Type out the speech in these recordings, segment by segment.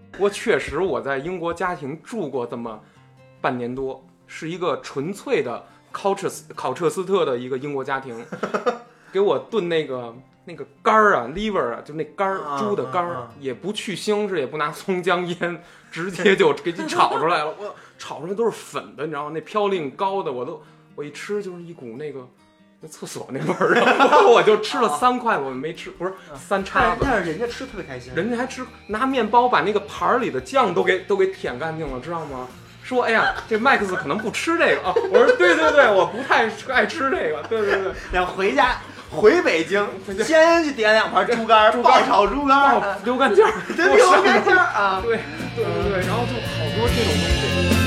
不过确实我在英国家庭住过这么半年多，是一个纯粹的考彻斯特的一个英国家庭，给我炖那个肝儿啊 liver 啊，就那肝儿，猪的肝儿，也不去腥是也不拿葱姜腌，直接就给你炒出来了。我炒出来都是粉的，你知道吗？那嘌呤高的，我一吃就是一股那厕所那味儿啊！我就吃了3块，我没吃，不是3叉子。 但是人家吃特别开心， 人家还吃拿面包把那个盘里的酱都给舔干净了，知道吗？说哎呀，这麦克斯可能不吃这个啊。我说对，我不太爱吃这个。对。 然后回北京，先去点2盘猪肝，爆炒猪肝， 溜干劲儿， 对溜干劲儿啊！ 对，然后就好多这种东西。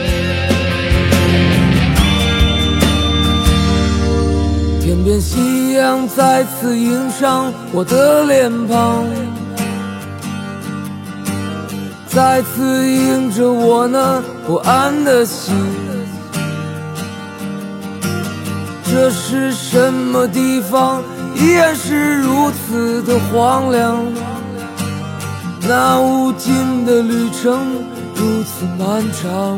天边夕阳再次映上我的脸庞，再次映着我那不安的心。这是什么地方？依然是如此的荒凉，那无尽的旅程如此漫长。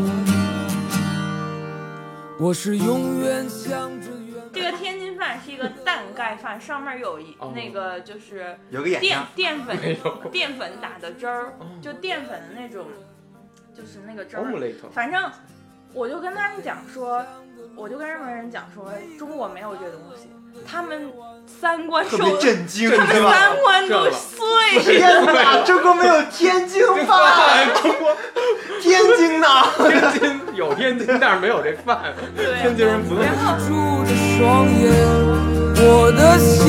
我是永远向着这个天津饭是一个蛋盖饭，上面有那个就是有个淀粉打的汁儿，就淀粉的那种，就是那个汁儿。反正我就跟他们讲说，我就跟日本人讲说，中国没有这东西，他们三观特别震惊， 他们三观都碎。 天哪，中国没有天津饭， 中国天津呢？ 天津有天津，但是没有这饭。天津人不用。 住着双眼，我的心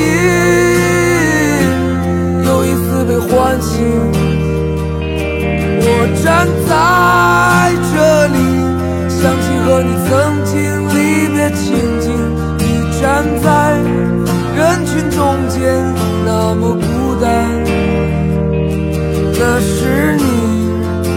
又一次被唤醒。我站在这里，想起和你曾经离别情景。你站在人群中间，那么孤单。那是你。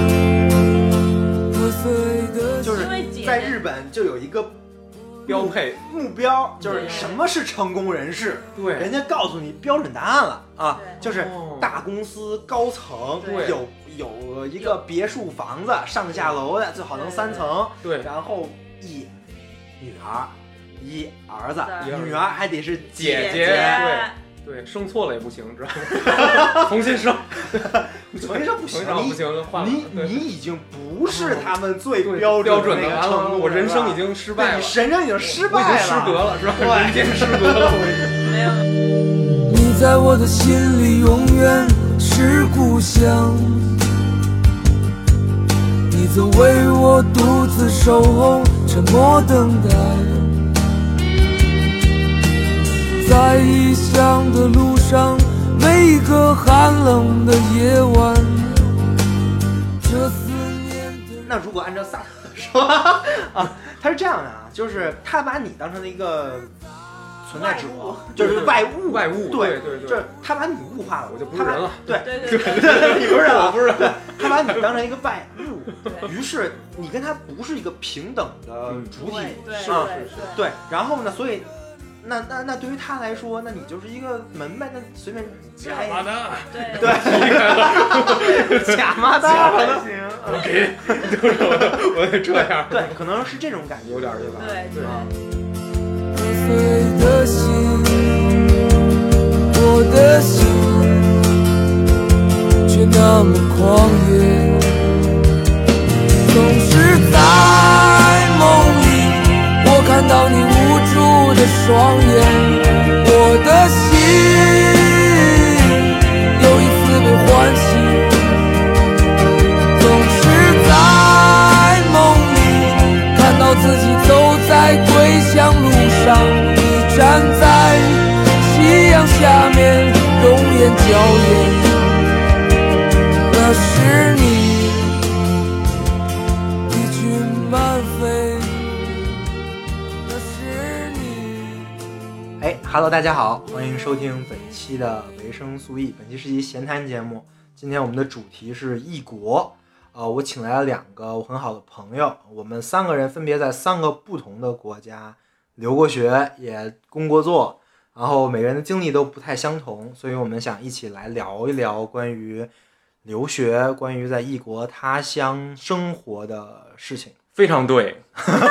就是在日本就有一个标配目标，就是什么是成功人士？ 对， 人家告诉你标准答案了啊，就是大公司高层，有一个别墅房子，上下楼的，最好能3层， 对， 然后一女儿一儿子，女儿还得是姐姐， 对，生错了也不行，知道吗？重新生不行， 不行，换了。 你已经不是他们最标准的完了，我人生已经失败了， 你人生已经失败了， 我已经失格了，是吧？人间失格了， 没有。 你在我的心里永远是故乡，你曾为我独自守候，沉默等待。在异乡的路上，每一个寒冷的夜晚，这思念的。 那如果按照萨特说啊，他是这样的啊，就是他把你当成了一个存在之物，就是外物，对，就是他把你物化了， 我就不是人了， 对，你不是人，我不是人，他把你当成一个外物，于是你跟他不是一个平等的主体， 是， 对，然后呢，所以。那对于他来说，那你就是一个门呗，那随便假麻蛋， 对，假麻蛋还行， 就是我得这样， 对，可能是这种感觉， 有点对吧？ 对。 碎的心，我的心却那么狂野，总是在梦里，我看到你无助的双眼，我的心又一次被唤醒，总是在梦里看到自己走在归乡路上，你站在夕阳下面容颜娇艳，那是你一群慢飞，那是你。 Hello， 大家好，欢迎收听本期的维生素 E， 本期是一闲谈节目。今天我们的主题是异国，我请来了2个我很好的朋友，我们3个人分别在3个不同的国家留过学，也工过作，然后每个人的经历都不太相同，所以我们想一起来聊一聊关于留学，关于在异国他乡生活的事情。 非常对，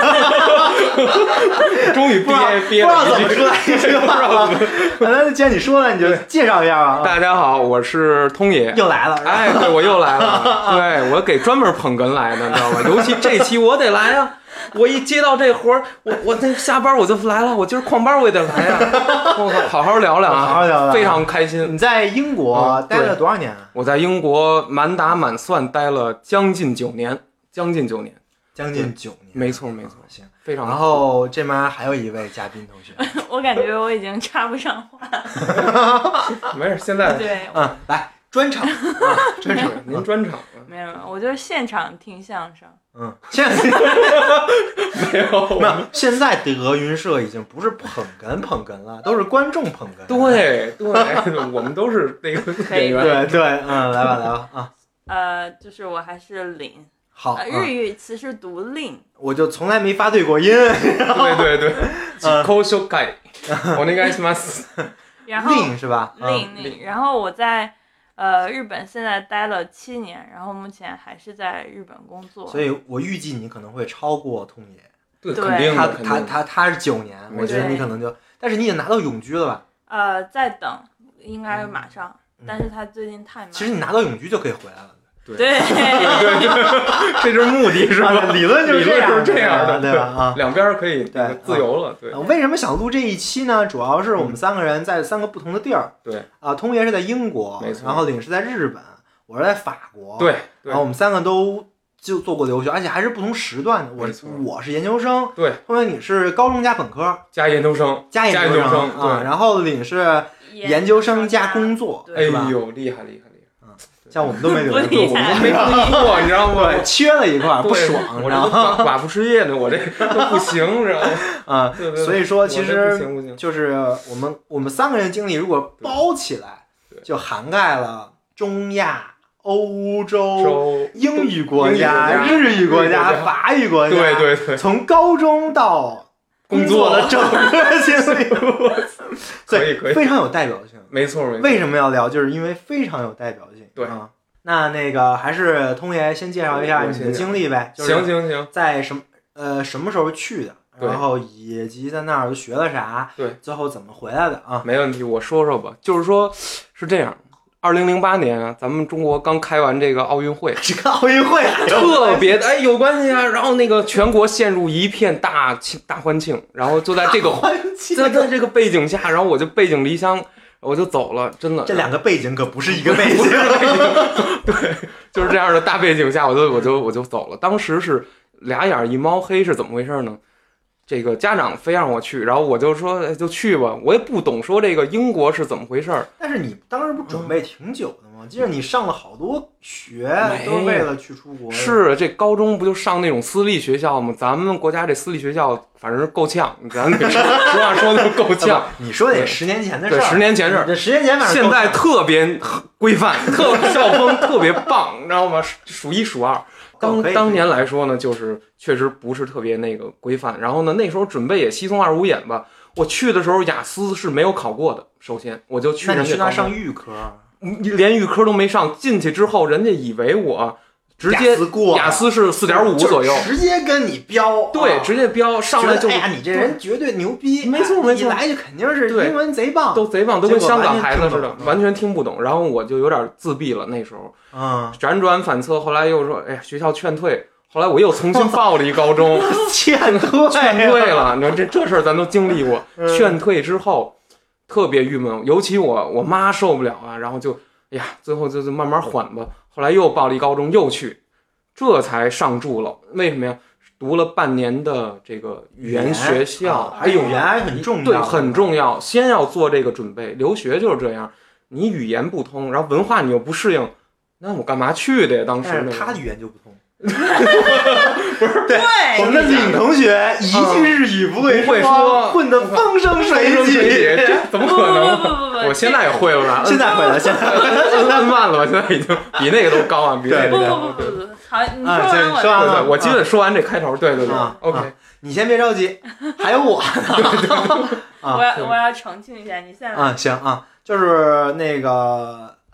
终于憋了不知道怎么说这个话。那既然你说了，你就介绍一下吧。 大家好，我是通爷， 又来了。 哎，对，我又来了。对，我给专门捧哏来的，你知道吧？尤其这期我得来啊！我一接到这活儿，我那下班我就来了，我今儿旷班我也得来呀！我靠，好好聊聊啊， 好好聊聊， 非常开心。 你在英国待了多少年？ 我在英国满打满算待了将近9年。 将近9年， 没错， 行， 非常。 然后这边还有一位嘉宾同学， 我感觉我已经插不上话了。 没事，现在对， 来专场，专场， 您专场没有，我就是现场听相声。 现在没有， 现在德云社已经不是捧哏了，都是观众捧哏。 对，我们都是那个演员。 对，来吧啊。 就是我还是领。 好， 日语词是读令， 我就从来没发对过音。 对，口紹介，お願いします。 然后令是吧？ 令。然后我在日本现在待了7年，然后目前还是在日本工作。 所以我预计你可能会超过通爷。 对，肯定的。 他是9年，我觉得你可能就，但是你也拿到永居了吧？ 在等，应该马上，但是他最近太忙。 其实你拿到永居就可以回来了。 对，这就是目的是吧？ 理论就是这样的， 对吧？ 两边可以自由了。对， 为什么想录这一期呢？主要是我们3个人在3个不同的地儿。 对通爷是在英国， 没错， 然后领是在日本，我是在法国。 对， 然后我们3个都就做过留学，而且还是不同时段的。我是研究生， 对， 通爷你是高中加本科加研究生， 加研究生对， 然后领是研究生加工作， 哎呦，厉害！ 像我们都没留过， 我们没过，你知道吗？ 缺了一块，不爽。 我这寡妇失业呢，我这都不行，知道吗？对， 所以说其实不行就是我们3个人经历，如果包起来，就涵盖了中亚、欧洲、英语国家、日语国家、法语国家， 对， 从高中到工作的整个经历， 可以， 非常有代表性。 没错。 为什么要聊？就是因为非常有代表性。 对那个还是通爷先介绍一下你的经历呗。 行， 在什么时候去的？然后以及在那儿学了啥？ 对， 最后怎么回来的啊？ 没问题，我说说吧。就是说，是这样。2008年，咱们中国刚开完这个奥运会， 这个奥运会特别的有关系啊。然后那个全国陷入一片大欢庆，然后就在这个在这个背景下，然后我就背井离乡。我就走了，真的。 这2个背景可不是一个背景， 对，就是这样的大背景下，我就走了。当时是俩眼一猫黑，是怎么回事呢？这个家长非让我去，然后我就说就去吧，我也不懂说这个英国是怎么回事。 但是你当时不准备挺久的吗？记得你上了好多学，都为了去出国。 是这高中不就上那种私立学校吗？咱们国家这私立学校反正是够呛，咱实话说的够呛。 你说的也10年前的事儿， 对10年前事儿， 这10年前现在特别规范，校风特别棒，你知道吗？数1数2。当年来说呢，就是确实不是特别那个规范。然后呢，那时候准备也稀松2五眼吧。我去的时候，雅思是没有考过的。首先，我就去。 那你去那上预科？ 连预科都没上。进去之后，人家以为我直接雅思是4.5左右， 直接跟你标。 对，直接标上来就。 哎呀，你这人绝对牛逼！ 没错， 一来就肯定是英文贼棒， 都贼棒，都跟香港孩子似的，完全听不懂。然后我就有点自闭了，那时候。辗转反侧，后来又说，哎呀，学校劝退。后来我又重新报了一高中， 劝退了。你说这事儿咱都经历过。劝退之后特别郁闷，尤其我妈受不了啊，然后就哎呀，最后就慢慢缓吧。后来又报了一高中，又去，这才上注了。为什么呀？读了半年的这个语言学校， 还有语言还很重要， 对，很重要。先要做这个准备，留学就是这样，你语言不通，然后文化你又不适应，那我干嘛去的呀？当时他的语言就不通。 不是， 对，我们的李同学一句日语不会说，混得风生水起， 怎么可能？我现在也会了， 现在会了，现在慢了，现在已经比那个都高啊，比那个不，好，你说完了， 我记得说完这开头，对，OK， 你先别着急，还有我呢， 我要澄清一下，你现在行啊，就是那个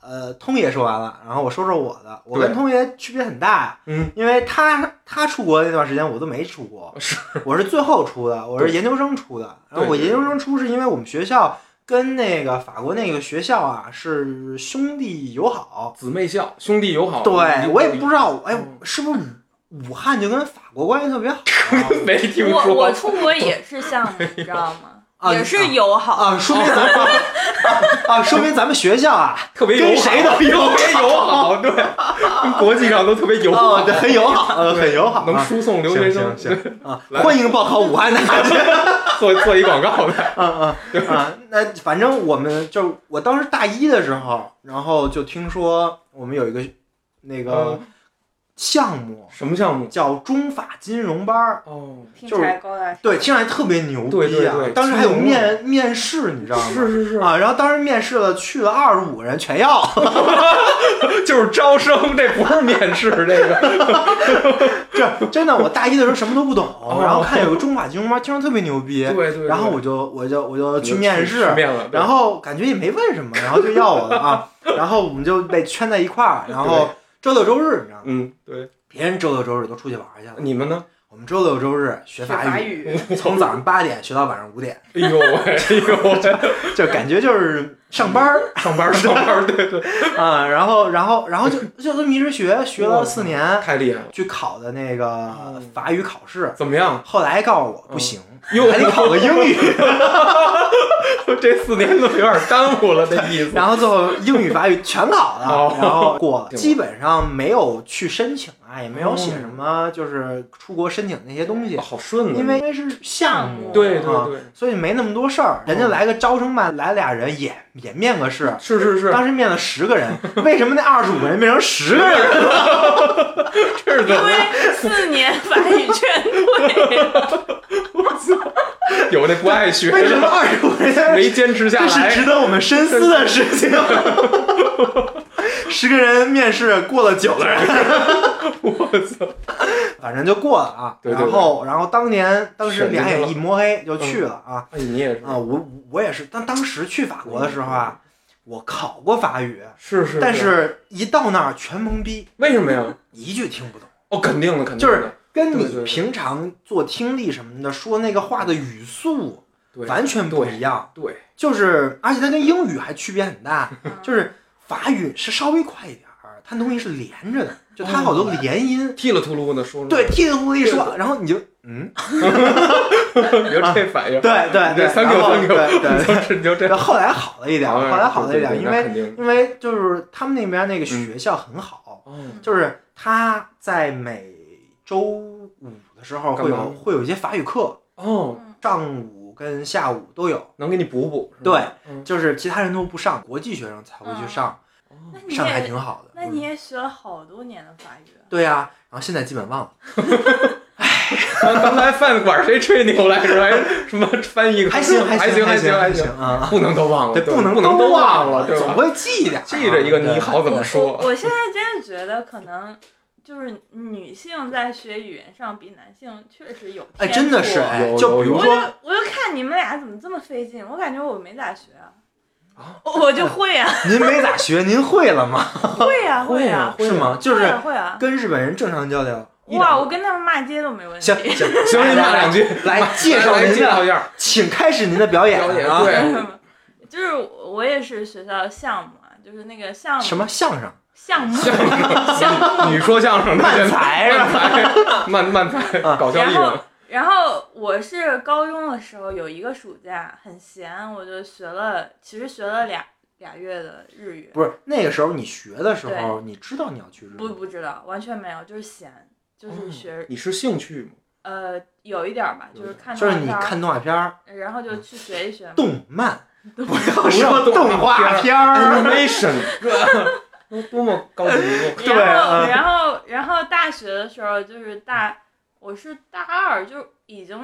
通爷说完了，然后我说说我的。我跟通爷区别很大呀，因为他出国那段时间我都没出国，我是最后出的，我是研究生出的。然后我研究生出是因为我们学校跟那个法国那个学校啊是兄弟友好， 姊妹校，兄弟友好。 对，我也不知道，是不是武汉就跟法国关系特别好？ 没听说。 我出国也是项目，你知道吗？也是友好啊，说明咱们说明咱们学校啊， 特别跟谁都特别友好，对，跟国际上都特别友好， 对，很友好，很友好， 能输送留学生。 行啊，欢迎报考武汉大学， 做一广告的。 那反正我当时大一的时候，然后就听说我们有一个那个。项目什么项目？ 叫中法金融班听起来高大上， 对，听起来特别牛逼啊！ 对， 当时还有面试，你知道吗？ 是啊，然后当时面试了，去了25个人，全要， 就是招生，这不是面试，这个这真的，我大一的时候什么都不懂，然后看有个中法金融班，听着特别牛逼， 对， 然后我就去面试， 了， 然后感觉也没问什么，然后就要我了啊，然后我们就被圈在一块儿，然后。周六周日，你知道吗？ 对， 别人周六周日都出去玩去了， 你们呢？ 我们周六周日学法语，从早上8点学到晚上5点。 哎呦， 就感觉就是上班， 对啊，然后就这么一直学了4年， 太厉害了， 去考的那个法语考试怎么样？ 后来告诉我不行，还得考个英语。 这4年都有点耽误了，这意思。 然后最后英语法语全考了，然后过了，基本上没有去申请啊，也没有写什么就是出国申请那些东西， 好顺啊， 因为是项目， 对， 所以没那么多事儿。人家来个招生办，来俩人也面个试， 是， 当时面了10个人，为什么那25个人变成10个人了？ 这是怎么？ 因为4年法语全对。 我操！有那不爱学的， 为什么25个人没坚持下来？ 这是值得我们深思的事情。10个人面试过了9个人， 我操！ 反正就过了啊。 对， 然后当时两眼一摸黑就去了啊。 你也是啊，我也是。当时去法国的时候啊，我考过法语， 是， 但是一到那儿全懵逼。 为什么呀？ 一句听不懂。 哦，肯定的。 就是跟你平常做听力什么的说那个话的语速完全不一样。 对， 就是而且它跟英语还区别很大，就是法语是稍微快一点儿，它东西是连着的，就它好多连音， 踢了秃噜的说。 对，踢了秃噜一说，然后你就你就这反应。 对 ，thank you， 你就这。后来好了一点，因为就是他们那边那个学校很好，就是他在每周5的时候会有一些法语课上午跟下午都有， 能给你补。 对，就是其他人都不上，国际学生才会去上，上还挺好的。 那你也学了好多年的法语。 对呀，然后现在基本忘了。 刚才饭馆谁吹牛来着？什么翻译？ 还行啊，不能都忘了， 对，不能都忘了，对吧？ 总会记点， 记着一个你好怎么说。 我现在真的觉得可能。就是女性在学语言上比男性确实有天赋， 真的是就比如说， 我就看你们俩怎么这么费劲，我感觉我没咋学我就会啊。 您没咋学，您会了吗？ 会啊， 是吗？就是会啊， 跟日本人正常交流。 哇，我跟他们骂街都没问题。 行， 你骂2句， 来介绍您的， 请开始您的表演啊！ 对， 就是我也是学校的项目啊，就是那个项目什么相声。 项目， 女说相声的漫才漫才搞笑艺人。 然后我是高中的时候有一个暑假很闲，我就学了俩月的日语。 不是那个时候你学的时候，你知道你要去日语？ 不知道，完全没有，就是闲，就是学。 你是兴趣吗？ 有一点吧，就是看。 就是你看动画片， 然后就去学一学。 动漫，不要说动画片 ，animation。多么高级！ 对， 然后大学的时候就是我是大2就已经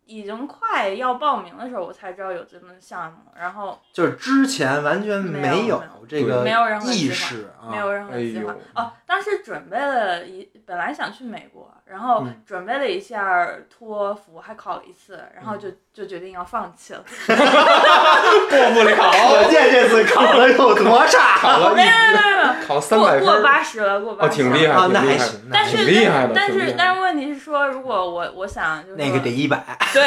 已经快要报名的时候，我才知道有这么项目，然后就是之前完全没有这个意识啊， 没有任何计划。哦，当时准备了本来想去美国，然后准备了一下托福，还考了一次，然后就决定要放弃了。过不了， 可见这次考的有多差。 考了没有考300分， 过80了，过80了。 挺厉害啊，那还行。 但是厉害的， 但是问题是说，如果我想就是那个得100。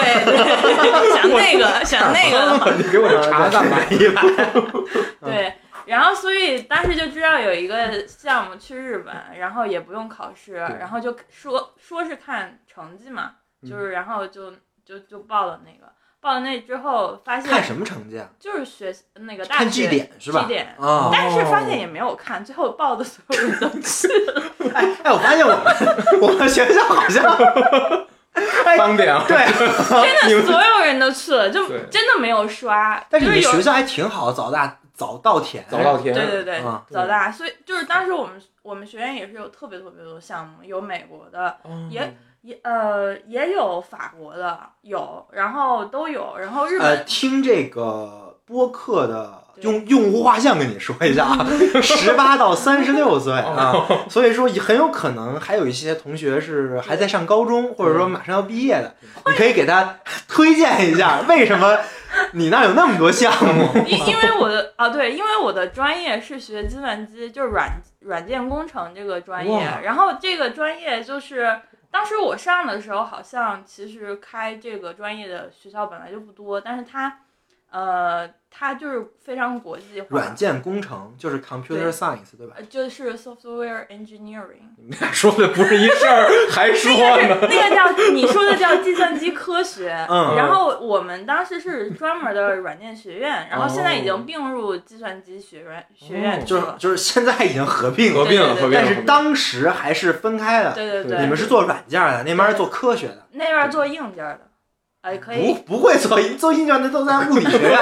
对，想那个的话， 你给我查干嘛 ？100。 对。然后，所以当时就知道有一个项目去日本，然后也不用考试，然后就说是看成绩嘛，就是然后就报了那个，报了那之后发现看什么成绩啊？ 就是学那个大学看绩点是吧？ 绩点啊， 但是发现也没有看，最后报的所有人都去了。 哎，我发现我们学校好像。 方便啊！ 对， 真的所有人都去了，就真的没有刷。 但是你们学校还挺好，早稻田。 对，早大。所以就是当时我们学院也是有特别多项目，有美国的，也有法国的，然后都有，然后日本。 听这个播客的用户画像跟你说一下啊，18到36岁啊，所以说很有可能还有一些同学是还在上高中，或者说马上要毕业的，你可以给他推荐一下为什么你那有那么多项目。 因为我的专业是学计算机，就是软件工程这个专业，然后这个专业就是当时我上的时候，好像其实开这个专业的学校本来就不多，但是它就是非常国际化。 软件工程就是 computer science 对吧？ 就是 software engineering。 你俩说的不是一事儿，还说呢？ 那个叫你说的叫计算机科学，然后我们当时是专门的软件学院，然后现在已经并入计算机学院去了， 就是现在已经合并了，但是当时还是分开的。 对， 你们是做软件的，那边是做科学的， 那边做硬件的。可以不会做硬件的都在物理学院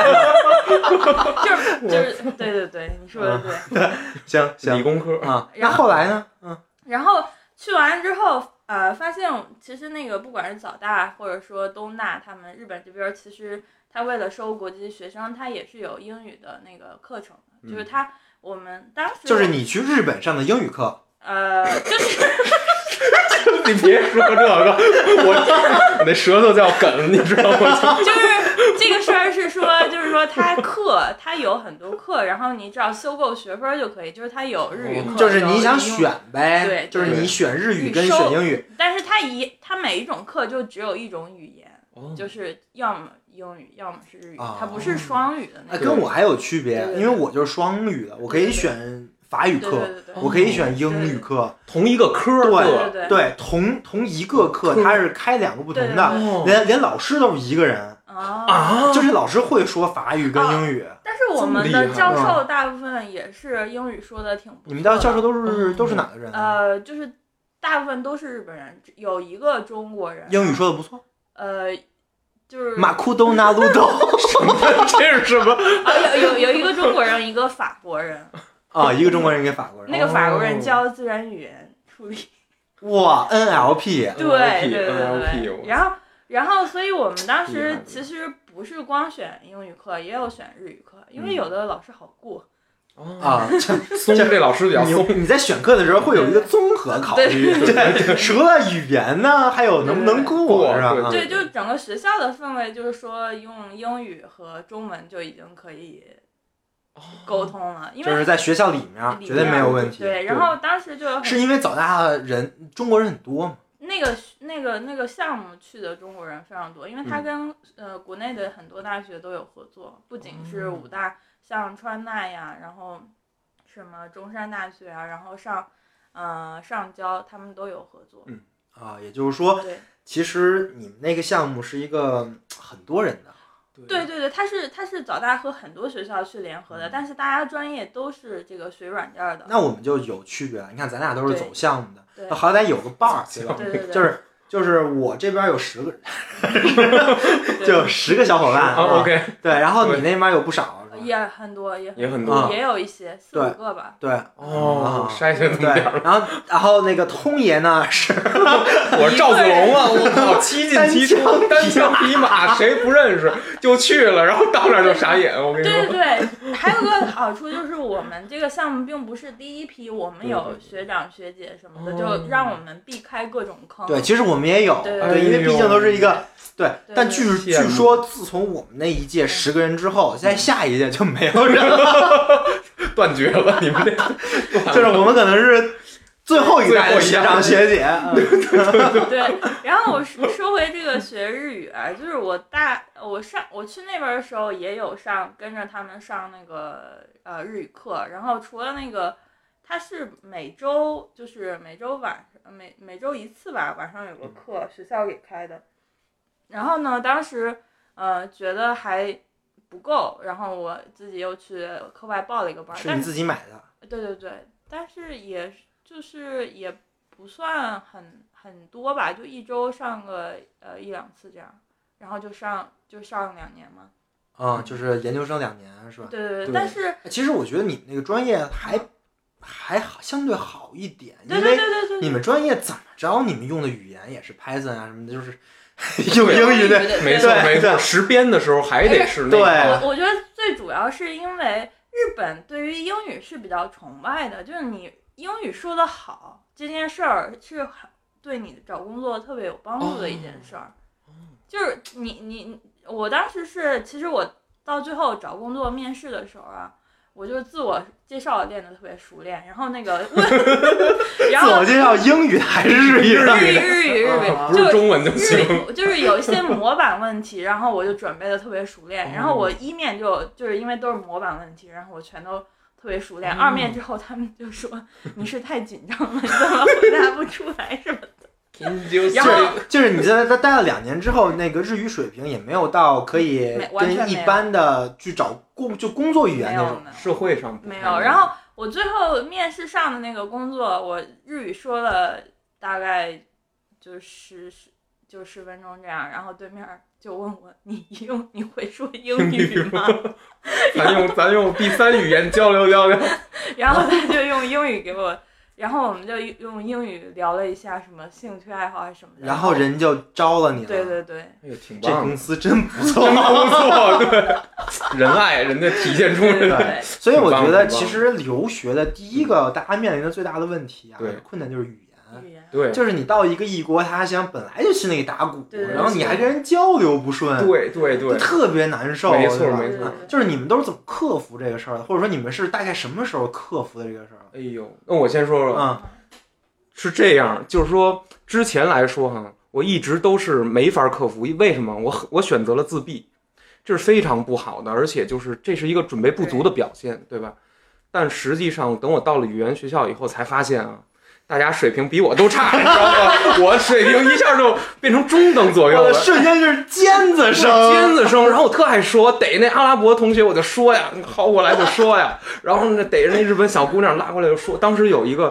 就是对，你说的对。 行， 理工科啊。那后来呢？ 然后去完之后，发现其实那个不管是早大或者说东大，他们日本这边其实他为了收国际学生，他也是有英语的那个课程的，就是我们当时就是你去日本上的英语课， 就是你别说这个，我那舌头叫梗，你知道吗？ 就是这个事儿是说，就是说他有很多课，然后你只要修够学分就可以，就是他有日语课， 就是你想选呗， 对， 就是你选日语跟选英语， 但是他每一种课就只有一种语言，就是要么英语，要么是日语，它不是双语的那种。 跟我还有区别，因为我就是双语的，我可以选法语课，我可以选英语课， 同一个科， 对，同一个课，它是开2个不同的，连老师都是一个人啊， 就是老师会说法语跟英语， 但是我们的教授大部分也是英语说的挺不错的。 你们的教授都是哪个人？ 就是大部分都是日本人，有一个中国人， 英语说的不错。 就是马库多纳鲁多， 这是什么？ 有一个中国人，一个法国人。 一个中国人，一个法国人。 那个法国人教自然语言处理。 哇 ，NLP。 对。然后，所以我们当时其实不是光选英语课，也有选日语课，因为有的老师好过。 这老师比较松。 你在选课的时候会有一个综合考虑，对，除了语言呢，还有能不能过，是吧？ 对，就整个学校的氛围，就是说用英语和中文就已经可以沟通了，因为就是在学校里面绝对没有问题。 对，然后当时就是因为早大的中国人很多嘛。 那个项目去的中国人非常多，因为他跟国内的很多大学都有合作，不仅是武大。像川大呀，然后什么中山大学啊，然后上交他们都有合作。 也就是说，其实你们那个项目是一个很多人的。 对，它是早大和很多学校去联合的，但是大家专业都是这个学软件的。 那我们就有区别了。你看，咱俩都是走项目的，好歹有个伴儿，对吧？ 对。 就是我这边有10个人，就10个小伙伴。 OK。 对，然后你那边有不少。 也很多，也很多， 也有一些4-5个吧。 对， 筛选这么点儿。 然后那个通爷呢是， 我是赵子龙啊，我靠，7进7出，单枪匹马，谁不认识就去了，然后到那儿就傻眼。我跟你说， 对，还有个好处就是我们这个项目并不是第一批，我们有学长学姐什么的，就让我们避开各种坑。 对，其实我们也有， 对， 因为毕竟都是一个。对，但据说自从我们那一届10个人之后，在下一届就没有人了， 断绝了。你们这， 就是我们可能是最后一代的学长学姐。 对，然后我说回这个学日语啊，就是我去那边的时候也有跟着他们上那个日语课，然后除了那个，他是每周每周一次吧，晚上有个课，学校给开的。然后呢，当时觉得还不够，然后我自己又去课外报了一个班。 是你自己买的？ 对，但是也不算很多吧，就一周上个1-2次这样，然后就上2年嘛。 就是研究生2年是吧？ 对，但是其实我觉得你那个专业还相对好一点， 对， 因为你们专业怎么着，你们用的语言也是 Python 啊什么的，就是用英语的， 没错，实编的时候还得是那个。 对，我觉得最主要是因为日本对于英语是比较崇拜的，就是你英语说得好这件事儿是对你找工作特别有帮助的一件事儿。就是我当时其实我到最后找工作面试的时候啊，我就自我介绍练得特别熟练，然后那个然后自我介绍英语还是日语？ 日语， 不是中文就行。 就是有一些模板问题，然后我就准备的特别熟练，然后我1面就是因为都是模板问题，然后我全都特别熟练。2面之后他们就说你是太紧张了，你怎么回答不出来什么的。 然后就是你在那待了2年之后，那个日语水平也没有到可以跟一般的去找工作语言那种社会上没有。然后我最后面试上的那个工作，我日语说了大概就10分钟这样，然后对面就问我你会说英语吗？ 咱用第3语言交流。 然后他就用英语给我。然后我们就用英语聊了一下什么兴趣爱好还是什么的， 然后人就招了你了。 对， 哎呦，挺棒， 这公司真不错， 对，仁爱人家体现出来。 所以我觉得其实留学的第一个大家面临的最大的问题啊，困难就是语言。 对， 就是你到一个异国他乡，本来就心里打鼓，然后你还跟人交流不顺， 对， 就特别难受。 没错。 就是你们都是怎么克服这个事儿的？或者说你们是大概什么时候克服的这个事儿？ 哎呦，那我先说说，是这样，就是说之前来说哈，我一直都是没法克服。为什么？我选择了自闭，这是非常不好的，而且就是这是一个准备不足的表现，对吧？但实际上，等我到了语言学校以后，才发现啊。大家水平比我都差，你知道吗？我水平一下就变成中等左右了， 瞬间就是尖子生。 然后我特爱说，逮那阿拉伯同学我就说呀，薅过来就说呀，然后逮着那日本小姑娘拉过来就说。当时有一个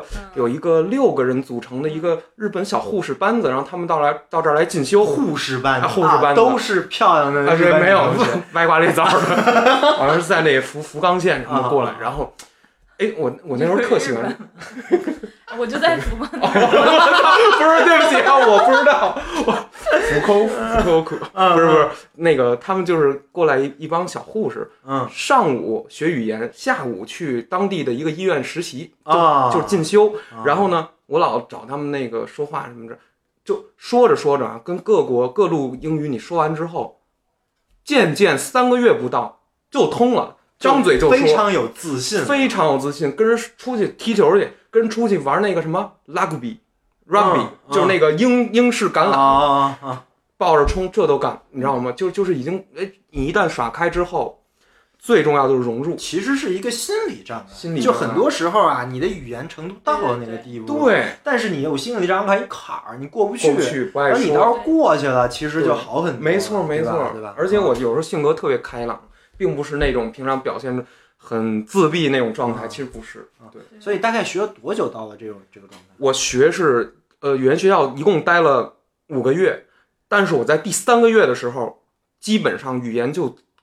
6个人组成的一个日本小护士班子，然后他们到这儿来进修。 护士班子都是漂亮的日本没有歪瓜裂枣的，好像是在那福冈县什么过来，然后。哎，我那时候特喜欢， 我就在福冈。 不是，对不起啊，我不知道。福口，不是，那个他们就是过来一帮小护士，上午学语言，下午去当地的一个医院实习，就是进修。然后呢，我老找他们那个说话什么的，就说着啊，跟各路英语你说完之后，渐渐3个月不到就通了。张嘴就说， 非常有自信， 跟人出去踢球去，跟人出去玩那个什么 rugby，就是那个英式橄榄，抱着冲，这都干，你知道吗？就是已经，你一旦耍开之后，最重要就是融入， 其实是一个心理障碍，就很多时候啊，你的语言程度到了那个地步， 对， 但是你有心理障碍一坎儿，你过不去， 不爱说， 而你到时候过去了，其实就好很多， 没错， 对吧？ 而且我有时候性格特别开朗。并不是那种平常表现很自闭那种状态，其实不是。对， 所以大概学了多久到了这个状态？ 我学是语言学校一共待了5个月，但是我在第3个月的时候，基本上语言就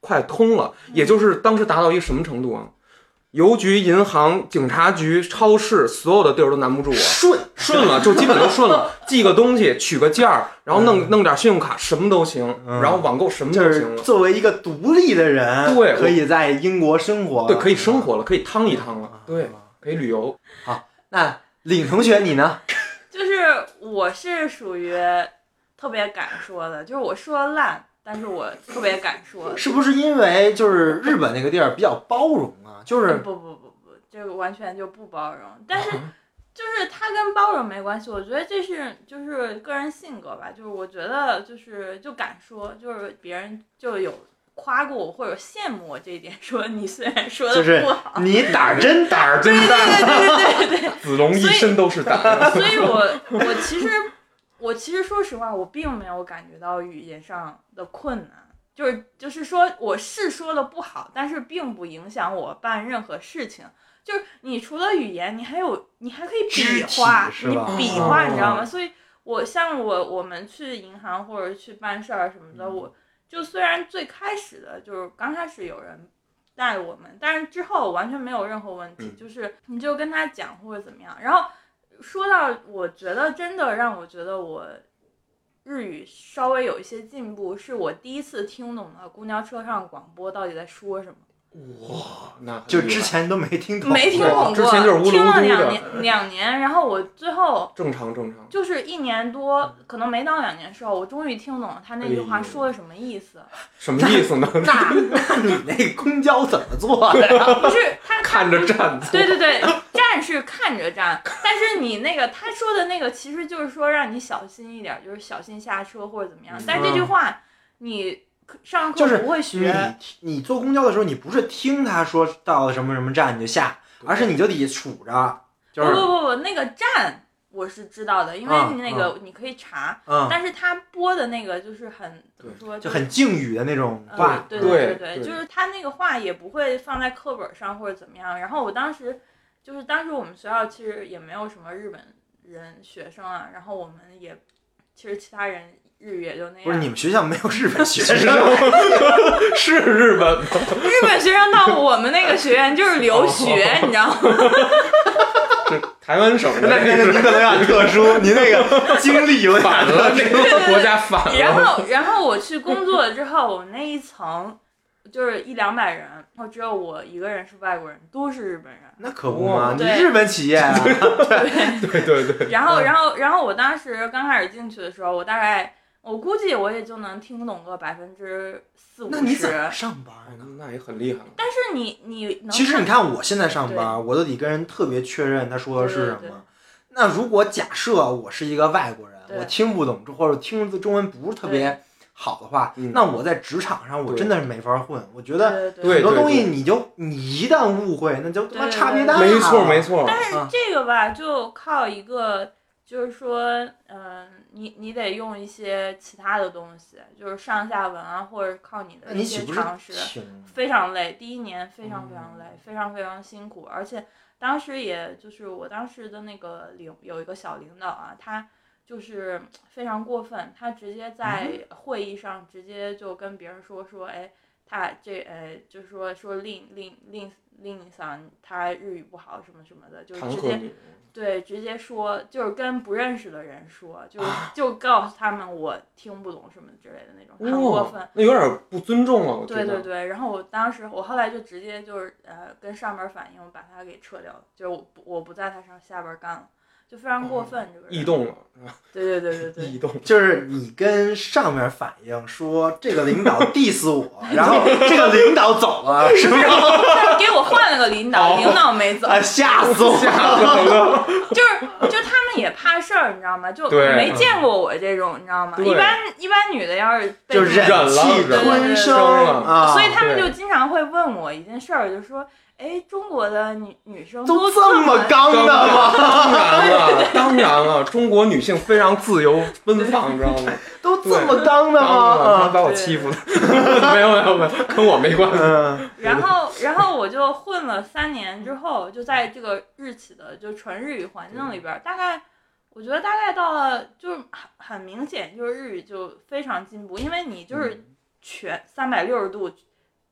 快通了，也就是当时达到一个什么程度啊？邮局、银行、警察局、超市，所有的地儿都难不住我，顺了，就基本都顺了。寄个东西，取个件儿，然后弄点信用卡，什么都行。然后网购什么都行了。 作为一个独立的人， 对， 可以在英国生活， 对，可以生活了，可以趟一趟了，对，可以旅游。 好，那李同学你呢？ 就是我是属于特别敢说的，就是我说烂，但是我特别敢说。 是不是因为就是日本那个地儿比较包容啊？就是不，这个完全就不包容。但是就是它跟包容没关系，我觉得这是就是个人性格吧。就是我觉得就敢说，就是别人就有夸过我或者羡慕我这一点，说你虽然说的不好， 就是你胆儿真大， 对， 子龙一身都是胆。 所以我其实说实话，我并没有感觉到语言上的困难。就是说我是说的不好，但是并不影响我办任何事情。就是你除了语言，你还可以比划，你比划，你知道吗？所以我们去银行或者去办事儿什么的，我就虽然最开始的就是刚开始有人带我们，但是之后完全没有任何问题，就是你就跟他讲或者怎么样。然后说到我觉得真的让我觉得我日语稍微有一些进步，是我第一次听懂了公交车上广播到底在说什么。 哇，那就之前都没听懂过， 之前就是乌听了 2 年，然后我最后正常， 就是1年多，可能没到2年的时候，我终于听懂了他那句话说的什么意思。 什么意思呢？ 那你那公交怎么坐的呀？ 不是他看着站， 对，站是看着站，但是你那个他说的那个其实就是说让你小心一点，就是小心下车或者怎么样。但这句话你上课不会学， 就是你坐公交的时候，你不是听他说到了什么什么站你就下，而是你就得数着。就是、 不，那个站我是知道的，因为你那个你可以查，但是他播的那个就是很怎么说， 就很敬语的那种话。 对，就是他那个话也不会放在课本上或者怎么样。然后我当时我们学校其实也没有什么日本人学生啊，然后我们也其实其他人。日语也就那样。 不是你们学校没有日本学生？ 是日本吗？ 日本学生到我们那个学院就是留学，你知道吗？ 是台湾省的， 那您可能有点特殊，您那个经历有点反了，这个国家反了。 然后我去工作了之后，我们那一层就是100-200人，然后只有我一个人是外国人，都是日本人。 那可不嘛，你日本企业啊。 对。 然后我当时刚开始进去的时候，我估计我也就能听懂个40%-50%。 那你怎么上班呢？ 那也很厉害了。 但是你能其实你看我现在上班，我都得跟人特别确认他说的是什么。 对那如果假设我是一个外国人，我听不懂或者听中文不是特别好的话，那我在职场上我真的是没法混。我觉得很多东西你一旦误会，那就他妈差别大了。 没错。 但是这个吧，就靠一个。就是说，你得用一些其他的东西，就是上下文啊，或者靠你的一些常识，非常累。第1年非常累，非常辛苦，而且当时也就是我当时的那个有一个小领导啊，他就是非常过分，他直接在会议上直接就跟别人说，哎，他就是说令桑他日语不好什么什么的，就直接说，就是跟不认识的人说，就告诉他们我听不懂什么之类的那种，很过分。 那有点不尊重了。 对。然后我后来就直接就是跟上边反映，把他给撤掉了，就是我不在他上下边干了。就非常过分，这个人异动了。 对， 异动就是你跟上面反映说这个领导 diss 我，然后这个领导走了，是不是？ 他给我换了个领导，领导没走， 吓死我了。 就他们也怕事儿，你知道吗？就没见过我这种，你知道吗？一般女的要是被就忍气吞声所以他们就经常会问我一件事儿，就说。中国的女生都这么刚的吗？ 当然了，中国女性非常自由奔放，你知道吗？ 都这么刚的吗？ 他把我欺负了，没有，跟我没关系。 然后我就混了3年之后，就在这个日企的就纯日语环境里边，我觉得大概到了就是很明显，就是日语就非常进步，因为你就是全360度。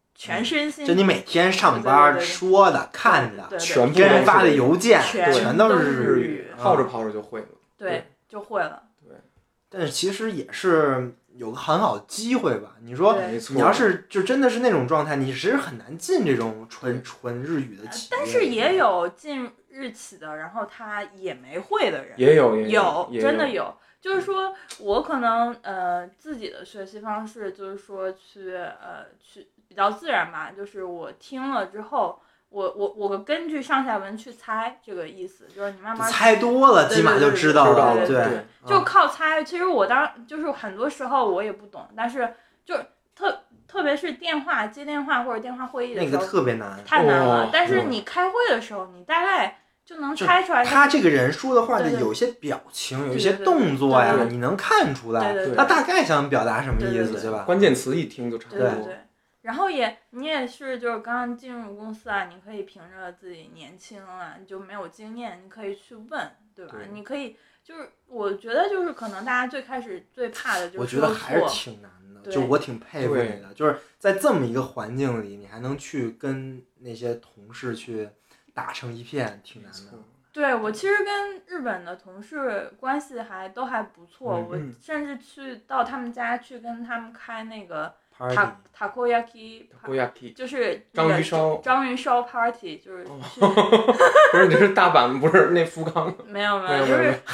全身心， 就你每天上班说的、看的， 全部跟人发的邮件， 全都是日语， 泡着泡着就会了。 对，就会了。 对， 但是其实也是有个很好的机会吧。你说你要是就真的是那种状态，你其实很难进这种纯日语的企业。 但是也有进日企的，然后他也没会的人， 也有真的有。就是说我可能自己的学习方式就是说去比较自然吧，就是我听了之后，我根据上下文去猜这个意思，就是你慢慢猜多了，起码就知道了。 对，就靠猜。其实我就是很多时候我也不懂，但是就特别是接电话或者电话会议的时候， 那个特别难， 太难了。但是你开会的时候，你大概就能猜出来他这个人说的话的有些表情，有一些动作呀，你能看出来他大概想表达什么意思，对吧？ 关键词一听就差不多。 对。然后你也是，就是刚刚进入公司啊，你可以凭着自己年轻啊，你就没有经验，你可以去问，对吧？你可以就是我觉得就是可能大家最开始最怕的就是说错， 我觉得还是挺难的，就我挺佩服你的，就是在这么一个环境里，你还能去跟那些同事去打成一片，挺难的。 对，我其实跟日本的同事关系都还不错，我甚至去到他们家去跟他们开那个takoyaki， 就是章鱼烧 party， 就是不是你是大阪，不是那福冈？ 没有，就是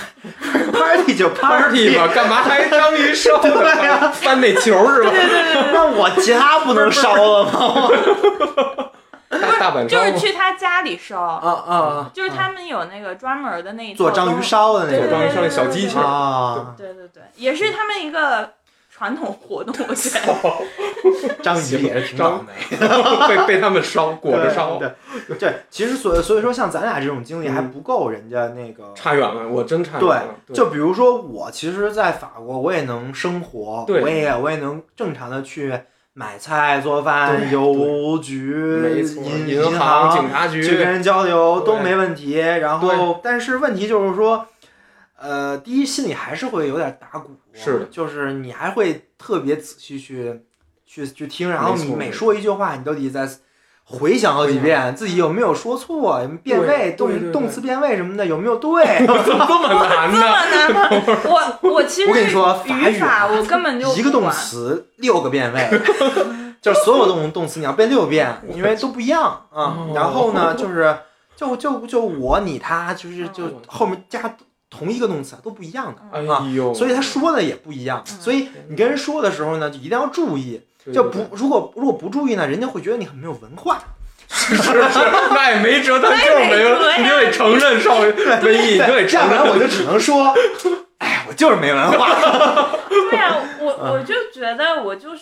party 就 party 嘛，干嘛还章鱼烧？ 对呀， 翻那球是吧？ 对。 那我家不能烧了吗？ 大阪就是去他家里烧啊， 就是他们有那个专门的那做章鱼烧的那个章鱼烧的小机器啊， 对，也是他们一个传统活动，我觉得。 章鱼也是挺倒霉， 被他们烧裹着烧。 对，其实所以说像咱俩这种经历还不够人家那个差远了，我真差远了。 对，就比如说我其实，在法国我也能生活，我也能正常的去买菜做饭，邮局、银行、 警察局去跟人交流都没问题。然后，但是问题就是说，第一心里还是会有点打鼓， 是的， 就是你还会特别仔细去听，然后你每说一句话，你都得再回想好几遍，自己有没有说错，变位、动词变位什么的有没有对？ 怎么这么难呢？ 这么难？我其实我跟你说，法语我根本就一个动词6个变位，就是所有动词你要变6遍，因为都不一样啊。然后呢，就是就我你他，就后面加同一个动词都不一样的啊，所以他说的也不一样。所以你跟人说的时候呢，就一定要注意。就如果不注意呢，人家会觉得你很没有文化。 是，那也没辙，但就是没有，你就得承认少文艺，你就得承认。 我就只能说，哎，我就是没文化。 对呀，我就觉得我就是，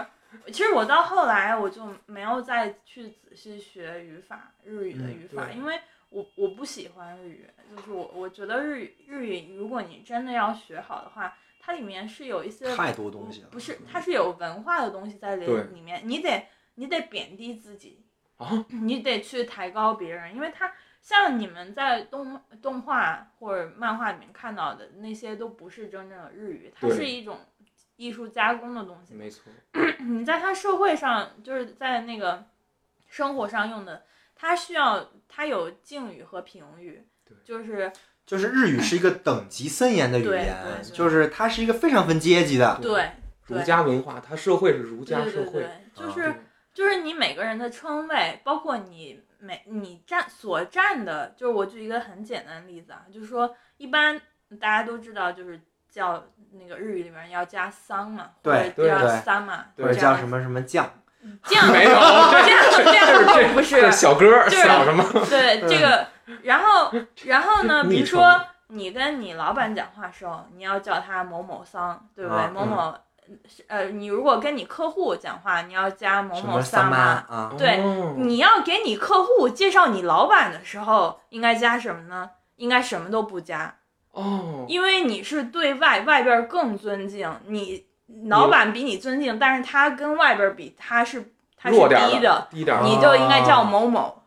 其实我到后来我就没有再去仔细学日语的语法，因为我不喜欢日语，就是我觉得日语如果你真的要学好的话。它里面是有一些太多东西了， 不是，它是有文化的东西在里面。你得贬低自己你得去抬高别人，因为它像你们在动画或者漫画里面看到的那些都不是真正的日语，它是一种艺术加工的东西。 没错， 你在它社会上，就是在那个生活上用的，它有敬语和平语， 就是日语是一个等级森严的语言，就是它是一个非常分阶级的。 对， 儒家文化，它社会是儒家社会， 就是你每个人的称谓，包括你所占的，就是我举一个很简单的例子啊，就是说一般大家都知道，就是叫那个日语里面要加桑嘛， 对， 叫三嘛， 或者叫什么什么酱。 没有，这不是小哥小什么？对这个，然后呢，比如说你跟你老板讲话的时候，你要叫他某某桑，对不对？某某，你如果跟你客户讲话，你要加某某桑嘛。对，你要给你客户介绍你老板的时候，应该加什么呢？应该什么都不加。因为你是对外边更尊敬你。老板比你尊敬，但是他跟外边比他是低的， 低点， 你就应该叫某某。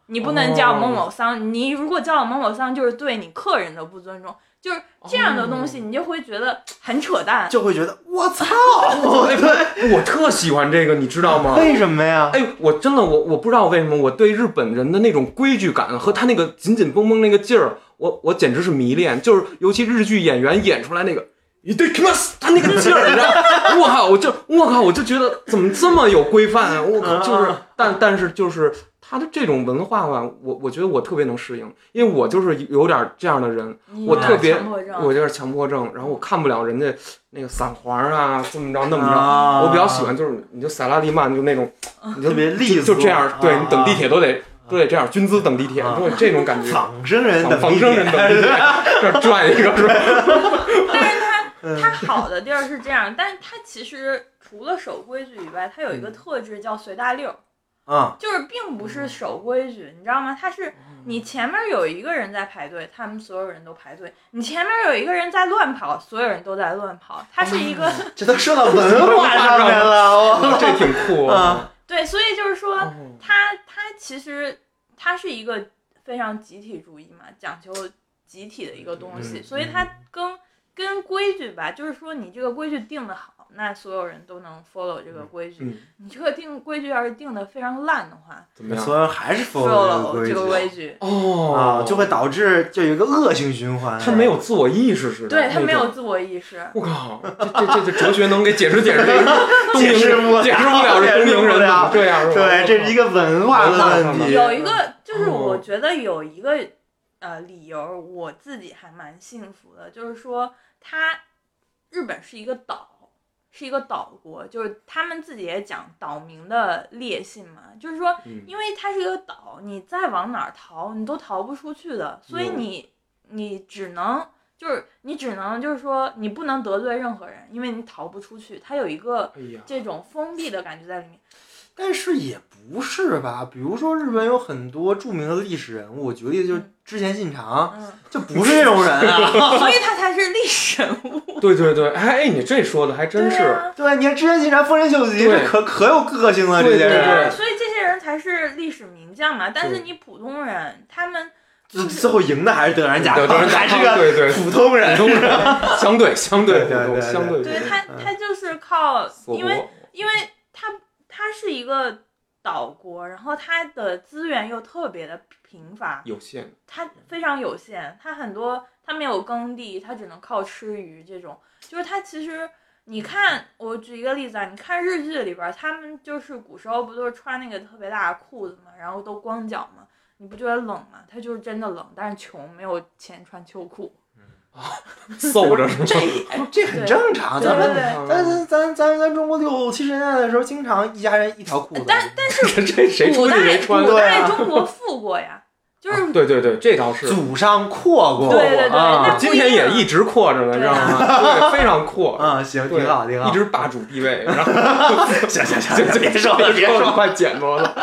你不能叫某某桑，你如果叫某某桑，就是对你客人的不尊重。就是这样的东西，你就会觉得很扯淡， 就会觉得我操， 对，我特喜欢这个，你知道吗？ 为什么呀？ 哎，我真的我不知道为什么，我对日本人的那种规矩感和他那个紧紧绷绷那个劲儿，我简直是迷恋。就是尤其日剧演员演出来那个。他那个劲儿，你知道？我靠，我就觉得怎么这么有规范啊！我靠，就是，但是就是他的这种文化吧，我觉得我特别能适应，因为我就是有点这样的人，我特别，我有点强迫症，然后我看不了人家那个散黄啊，这么着那么着，我比较喜欢就是你就萨拉利曼就那种，你就特别利索， 就这样，对你等地铁都得这样，军姿等地铁，就这种感觉。 仿生人等地铁，这转一个是吧？ 但是它好的地儿是这样，但是它其实除了守规矩以外，它有一个特质叫随大溜。就是并不是守规矩，你知道吗？它是你前面有一个人在排队，他们所有人都排队；你前面有一个人在乱跑，所有人都在乱跑。它是一个， 这都说到文化上面了， 这挺酷啊。 对，所以就是说，它其实它是一个非常集体主义嘛，讲究集体的一个东西，所以它跟规矩吧，就是说你这个规矩定得好，那所有人都能 follow 这个规矩。你这个规矩要是定得非常烂的话， 怎么样？ 所有人还是 follow 这个规矩就会导致就有一个恶性循环。 他没有自我意识似的。 对，他没有自我意识。 我靠，这哲学能给解释这个解释不了这东瀛人这样是吧？ 对，这是一个文化的问题。 有一个就是我觉得有一个理由，我自己还蛮幸福的，就是说日本是一个岛，是一个岛国，就是他们自己也讲岛民的烈性嘛，就是说，因为它是一个岛，你再往哪儿逃，你都逃不出去的，所以你只能就是说，你不能得罪任何人，因为你逃不出去，它有一个这种封闭的感觉在里面。 但是也不是吧，比如说日本有很多著名的历史人物，我举个例子，就是织田信长，就不是这种人啊， 所以他才是历史人物。 对，哎，你这说的还真是。 对，你看织田信长、丰臣秀吉，这可有个性了，这些人。 对，所以这些人才是历史名将嘛。但是你普通人，他们最后赢的还是德川家康，还是个普通人， 相对对他就是靠，因为它是一个岛国，然后它的资源又特别的贫乏， 有限， 它非常有限，它没有耕地，它只能靠吃鱼这种。就是它其实你看，我举一个例子啊，你看日剧里边，他们就是古时候不都是穿那个特别大的裤子嘛，然后都光脚嘛，你不觉得冷吗？它就是真的冷，但是穷，没有钱穿秋裤。 搜着是吗？ 这很正常。咱中国60、70年代的时候，经常一家人一条裤子。 但是这谁出去谁穿？ 古代中国富过呀，就是对，这倒是祖上阔过。 对， 今天也一直阔着呢，知道吗？对，非常阔。 行，挺好， 一直霸主地位。然后行，别说了， 快剪吧了。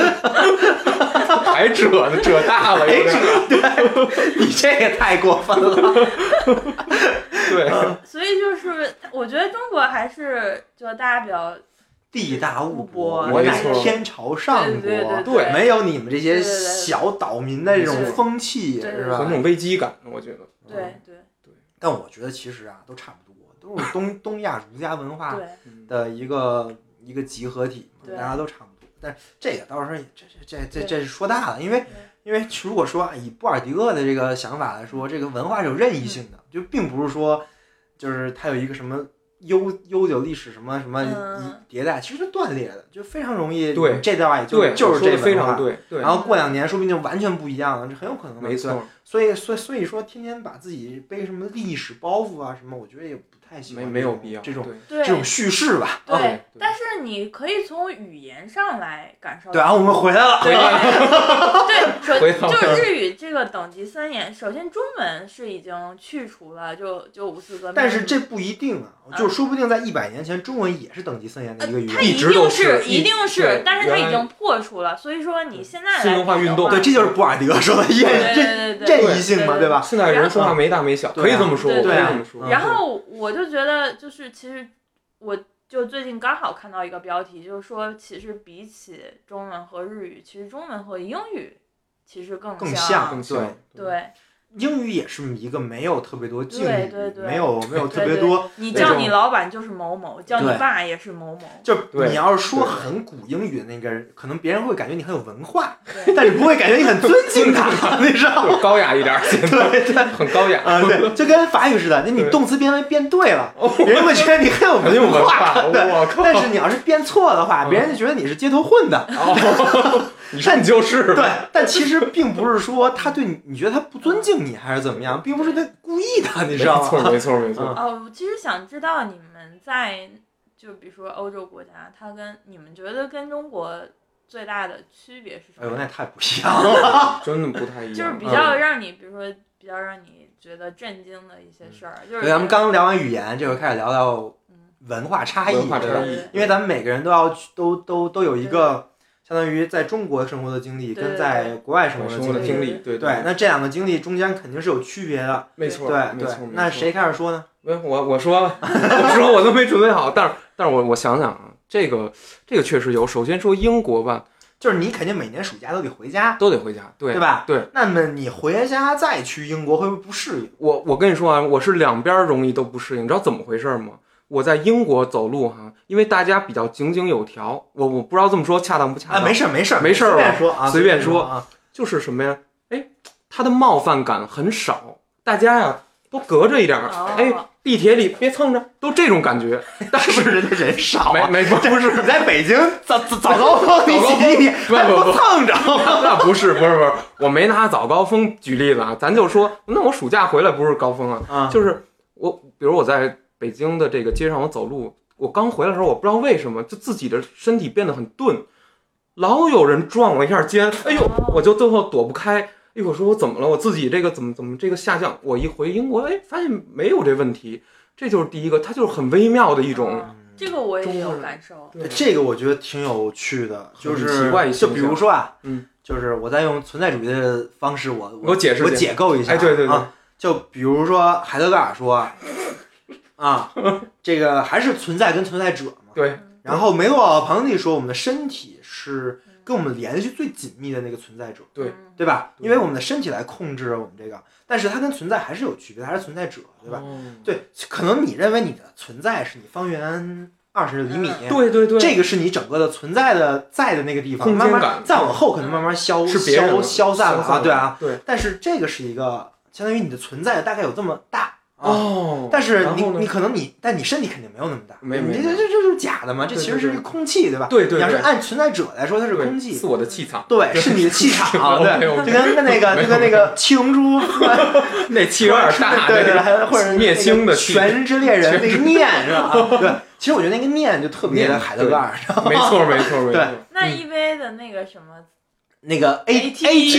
还扯大了，有点。 对，你这也太过分了。 对， 所以就是我觉得中国还是就大家比较地大物博， 我乃天朝上国， 对， 没有你们这些小岛民的这种风气，是吧？ 和那种危机感，我觉得。 对。 但我觉得其实都差不多，都是东亚儒家文化的一个集合体嘛，大家都差不多。但这个到时候这说大了，因为如果说以布尔迪厄的这个想法来说，这个文化是有任意性的，就并不是说就是它有一个什么悠久历史什么迭代，其实是断裂的，就非常容易。 对， 这代就是这非常对。 然后过2年说不定就完全不一样了，这很有可能的。 没错。 所以说天天把自己背什么历史包袱啊什么，我觉得也不太喜欢。 没有必要这种叙事吧。 对，但是你可以从语言上来感受到。 对啊，我们回来了。 对，就是日语这个等级森严。首先，中文是已经去除了，就5次革命。 但是这不一定啊，就说不定在100年前，中文也是等级森严的一个语言。 它一定是，但是它已经破除了。所以说你现在来新文化运动， 对，这就是布尔迪厄说的任意性嘛，对吧？ 现在人说话没大没小，可以这么说， 对啊。 然后我就觉得，就是其实我就最近刚好看到一个标题，就是说其实比起中文和日语，其实中文和英语其实更像， 对。 英语也是一个没有特别多敬语， 对， 没有特别多。 你叫你老板就是某某，叫你爸也是某某。 就你要是说很古英语的那个人，可能别人会感觉你很有文化，但是不会感觉你很尊敬他，你知道吗？ 高雅一点，对，很高雅啊，对，就跟法语似的，你动词变位变对了，别人会觉得你很有文化， 我靠！ 但是你要是变错的话，别人就觉得你是街头混的。 你就是对，但其实并不是说他对你觉得他不尊敬你还是怎么样，并不是他故意的，你知道吗？ 没错。 哦，其实想知道你们在就比如说欧洲国家，它跟你们觉得跟中国最大的区别是什么？ 哎呦，那太不一样了， 真的不太一样。 就是比较让你，比如说比较让你觉得震惊的一些事儿。就是咱们刚聊完语言，这会开始聊到文化差异，因为咱们每个人都有一个。相当于在中国生活的经历跟在国外生活的经历，对， 那这两个经历中间肯定是有区别的， 没错， 对。那谁开始说呢？ 我说了，我都没准备好，但是我想想啊，这个确实有。首先说英国吧， 就是你肯定每年暑假都得回家， 对吧？ 对。 那么你回家再去英国会不会不适应？ 我跟你说啊，我是两边容易都不适应，你知道怎么回事吗？我在英国走路哈，因为大家比较井井有条，我不知道这么说恰当不恰当。 没事， 随便说，就是什么呀？哎，他的冒犯感很少，大家呀都隔着一点，地铁里别蹭着，都这种感觉。但是人家人少， 不是你在北京早高峰，你不蹭着， 那不是，我没拿早高峰举例子啊，咱就说，那我暑假回来不是高峰啊，就是比如我在北京的这个街上我走路，我刚回来的时候，我不知道为什么就自己的身体变得很钝，老有人撞我一下肩，哎呦，我就最后躲不开。哎，我说我怎么了？我自己这个怎么这个下降？我一回英国，发现没有这问题，这就是第一个，它就是很微妙的一种。 这个我也有感受。 这个我觉得挺有趣的，就是奇怪， 就比如说啊，就是我在用存在主义的方式，我解释， 我解构一下。 哎，对啊，就比如说海德格尔说。啊，这个还是存在跟存在者嘛。 对。 然后梅洛庞蒂说，我们的身体是跟我们联系最紧密的那个存在者。对吧？因为我们的身体来控制我们这个，但是它跟存在还是有区别，还是存在者，对吧？对，可能你认为你的存在是你方圆20厘米， 对， 这个是你整个的存在的在的那个地方，慢慢再往后可能慢慢消散了啊，对啊， 对。 但是这个是一个相当于你的存在大概有这么大。 但是你可能但你身体肯定没有那么大，你这是假的嘛？这其实是空气，对吧？ 对。 你要是按存在者来说，它是空气， 是我的气场， 对，是你的气场，对，就跟那个七龙珠， 那气有点大， 对，还或者灭星的气，全之猎人那个念是吧？对，其实我觉得那个念就特别的海德格尔， 没错。 对， 那 EV 的那个什么。 那个 AT，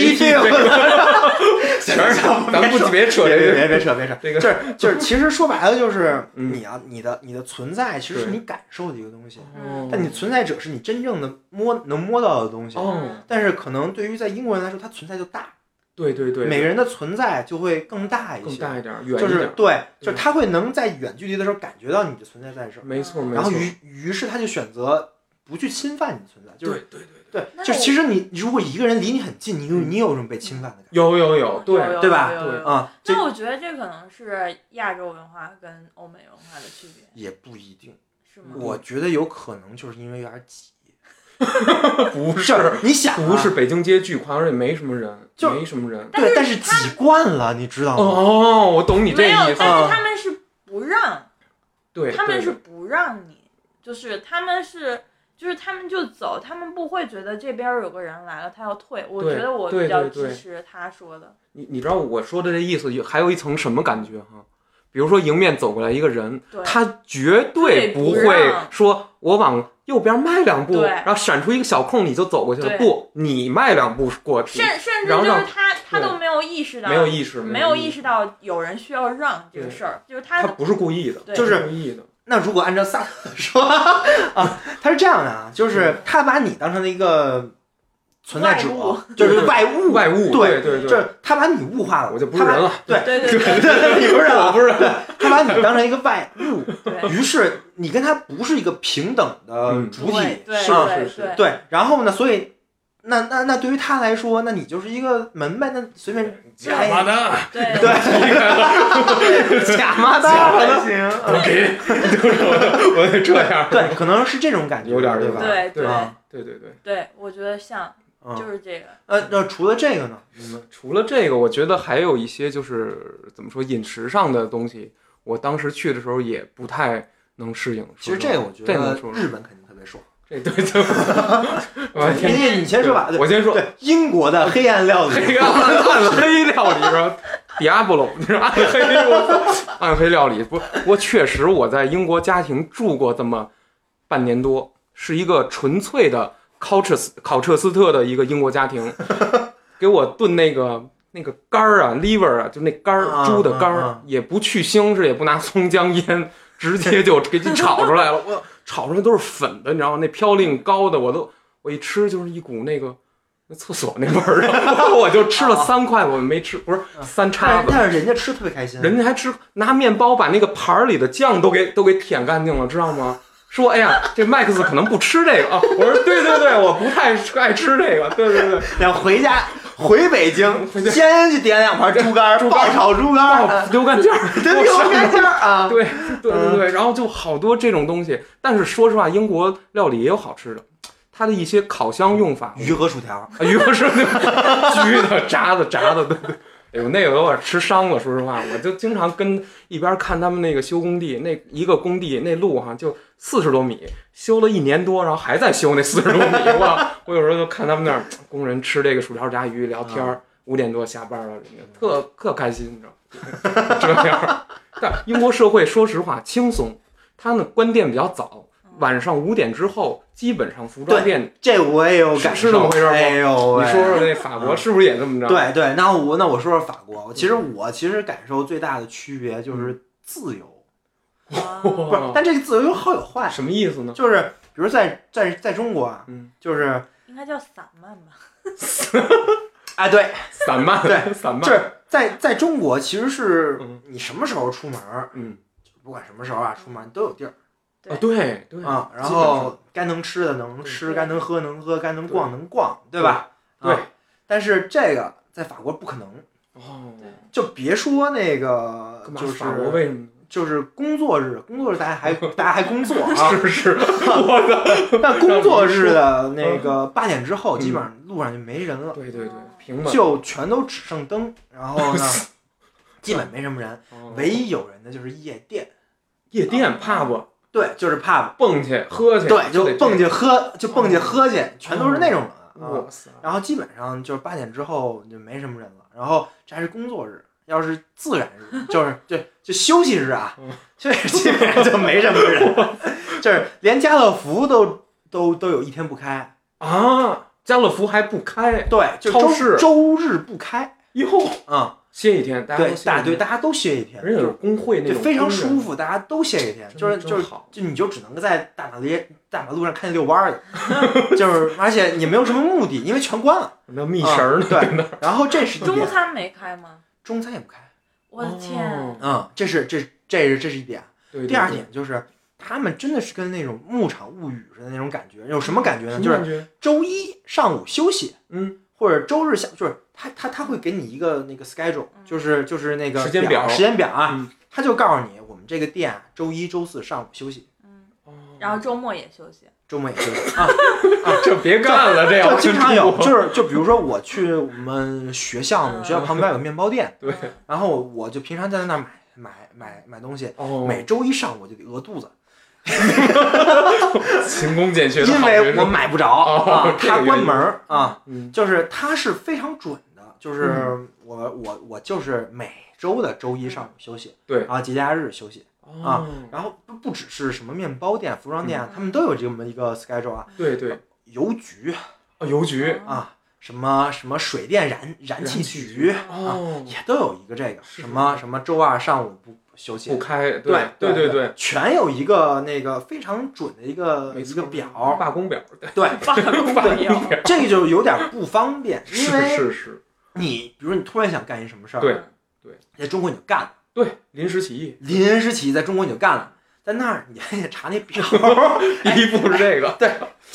咱不别扯这个， 别扯，就是其实说白了就是你的存在其实是你感受的一个东西，但你存在者是你真正的能摸到的东西。但是可能对于在英国人来说，它存在就大。 对， 每个人的存在就会更大一些， 远一点， 就是对，就是他会能在远距离的时候感觉到你的存在在这儿， 没错。 然后于是他就选择不去侵犯你的存在，就是对， 就其实你如果一个人离你很近，你有种被侵犯的感觉， 有， 对吧？ 啊，那我觉得这可能是亚洲文化跟欧美文化的区别， 也不一定， 是吗？ 我觉得有可能就是因为有点挤。 不是， 你想， 不是北京街巨宽，也没什么人，没什么人。 对，但是挤惯了，你知道吗？ 我懂你这意思。 但是他们是不让， 对， 他们是不让你，就是他们就走，他们不会觉得这边有个人来了，他要退。我觉得我比较支持他说的。 你知道我说的这意思还有一层什么感觉哈？比如说迎面走过来一个人，他绝对不会说我往右边迈2步，然后闪出一个小空你就走过去了。不，你迈2步过去， 甚至就是他都没有意识到，没有意识到有人需要让这个事儿，就是他不是故意的， 就是故意的。 那如果按照萨特说啊，他是这样的啊，就是他把你当成了一个存在者，就是外物，对，就是他把你物化了， 我就不是人了。 对，你不是人，我不是人。他把你当成一个外物，于是你跟他不是一个平等的主体， 是。 对，然后呢，所以那对于他来说，那你就是一个门呗，那随便假妈的， 对假妈的还行， 我得这样， 对，可能是这种感觉， 有点对吧？ 对，我觉得像就是这个。 那除了这个呢？ 除了这个，我觉得还有一些就是怎么说饮食上的东西，我当时去的时候也不太能适应。 其实这个我觉得日本肯定特别爽。 对，就你先说吧， 我先说。 对，英国的黑暗料理， 暗黑料理是吧？Diablo， 你说暗黑料理不过确实我在英国家庭住过这么半年多，是一个纯粹的考彻斯特的一个英国家庭，给我炖那个肝儿啊 liver 啊，就那肝儿猪的肝儿，也不去腥是也不拿葱姜腌，直接就给你炒出来了。我炒出来都是粉的，你知道吗？那嘌呤高的，我一吃就是一股那厕所那味儿，我就吃了3块，我没吃，不是3叉子。 但是人家吃特别开心， 人家还拿面包把那个盘里的酱都给舔干净了，知道吗？说哎呀，这麦克斯可能不吃这个啊。我说对，我不太爱吃这个。对。 然后回北京，先去点2盘猪肝，爆炒猪肝， 溜干件啊。 对，然后就好多这种东西。但是说实话，英国料理也有好吃的，它的一些烤箱用法， 鱼和薯条， 鱼和薯条，焗的、炸的，对。哎呦，那个有点吃伤了，说实话，我就经常跟一边看他们那个修工地，那一个工地那路哈就40多米，修了1年多，然后还在修那40多米。我有时候就看他们那儿工人吃这个薯条炸鱼聊天，5点多下班了，人家特开心，你知道这样。但英国社会说实话轻松，他们关店比较早。晚上5点之后，基本上服装店， 这我也有感受， 是这么回事吗？ 哎呦， 你说那法国是不是也这么着？ 对，那我说说法国。其实感受最大的区别就是自由，不是，但这个自由有好有坏。 什么意思呢？ 就是比如在中国啊，就是应该叫散漫吧。 啊，对， 散漫， 对， 散漫， 就是在中国其实是你什么时候出门，不管什么时候啊，出门都有地儿。 对啊，然后该能吃的能吃，该能喝能喝，该能逛能逛，对吧？ 对。 但是这个在法国不可能。就别说那个，就是法国为什么？ 就是工作日大家还工作啊， 是，我的。 但工作日的那个8点之后，基本上路上就没人了。 对，平稳， 就全都只剩灯，然后呢，基本没什么人，唯一有人的就是夜店 pub。 对，就是 pub 蹦去喝去， 对，就蹦去喝去，全都是那种人。 哇塞！ 然后基本上就是8点之后就没什么人了。然后这还是工作日，要是自然日，就休息日啊，就是基本上就没什么人，就是连家乐福都有一天不开啊！家乐福还不开？ 对，就超市周日不开哟。歇一天，大家都歇一天， 人有工会那种， 非常舒服，大家都歇一天，你就只能在大马路上看见遛弯的，就是而且也没有什么目的，因为全关了。 那密绳呢？ 对，然后这是中餐没开吗？ 中餐也不开。 我的天！ 这是一点。第二点就是他们真的是跟那种牧场物语似的那种感觉，有什么感觉呢？就是周一上午休息，或者周日下，就是他会给你一个那个 schedule， 就是那个时间表啊，他就告诉你我们这个店周一周四上午休息， 然后周末也休息啊， 就别干了，这样就经常有，就比如说我去我们学校旁边有个面包店， 对， 然后我就平常在那买东西，每周一上午就得饿肚子。 勤工俭学的， 因为我买不着他关门啊，就是他是非常准的，就是我就是每周的周一上午休息， 对， 然后节假日休息啊，然后不只是什么面包店、服装店，他们都有这么一个 schedule 啊， 对， 邮局啊，什么水电燃气局啊，也都有一个这个什么周二上午休息不开， 对，全有一个那个非常准的一个表， 罢工表， 对， 罢工表， 这个就有点不方便，因为是， 你比如你突然想干一什么事儿， 对， 在中国你就干了， 对，临时起义， 在中国你就干了，在那儿你还得查那表， 第一步是这个， 对，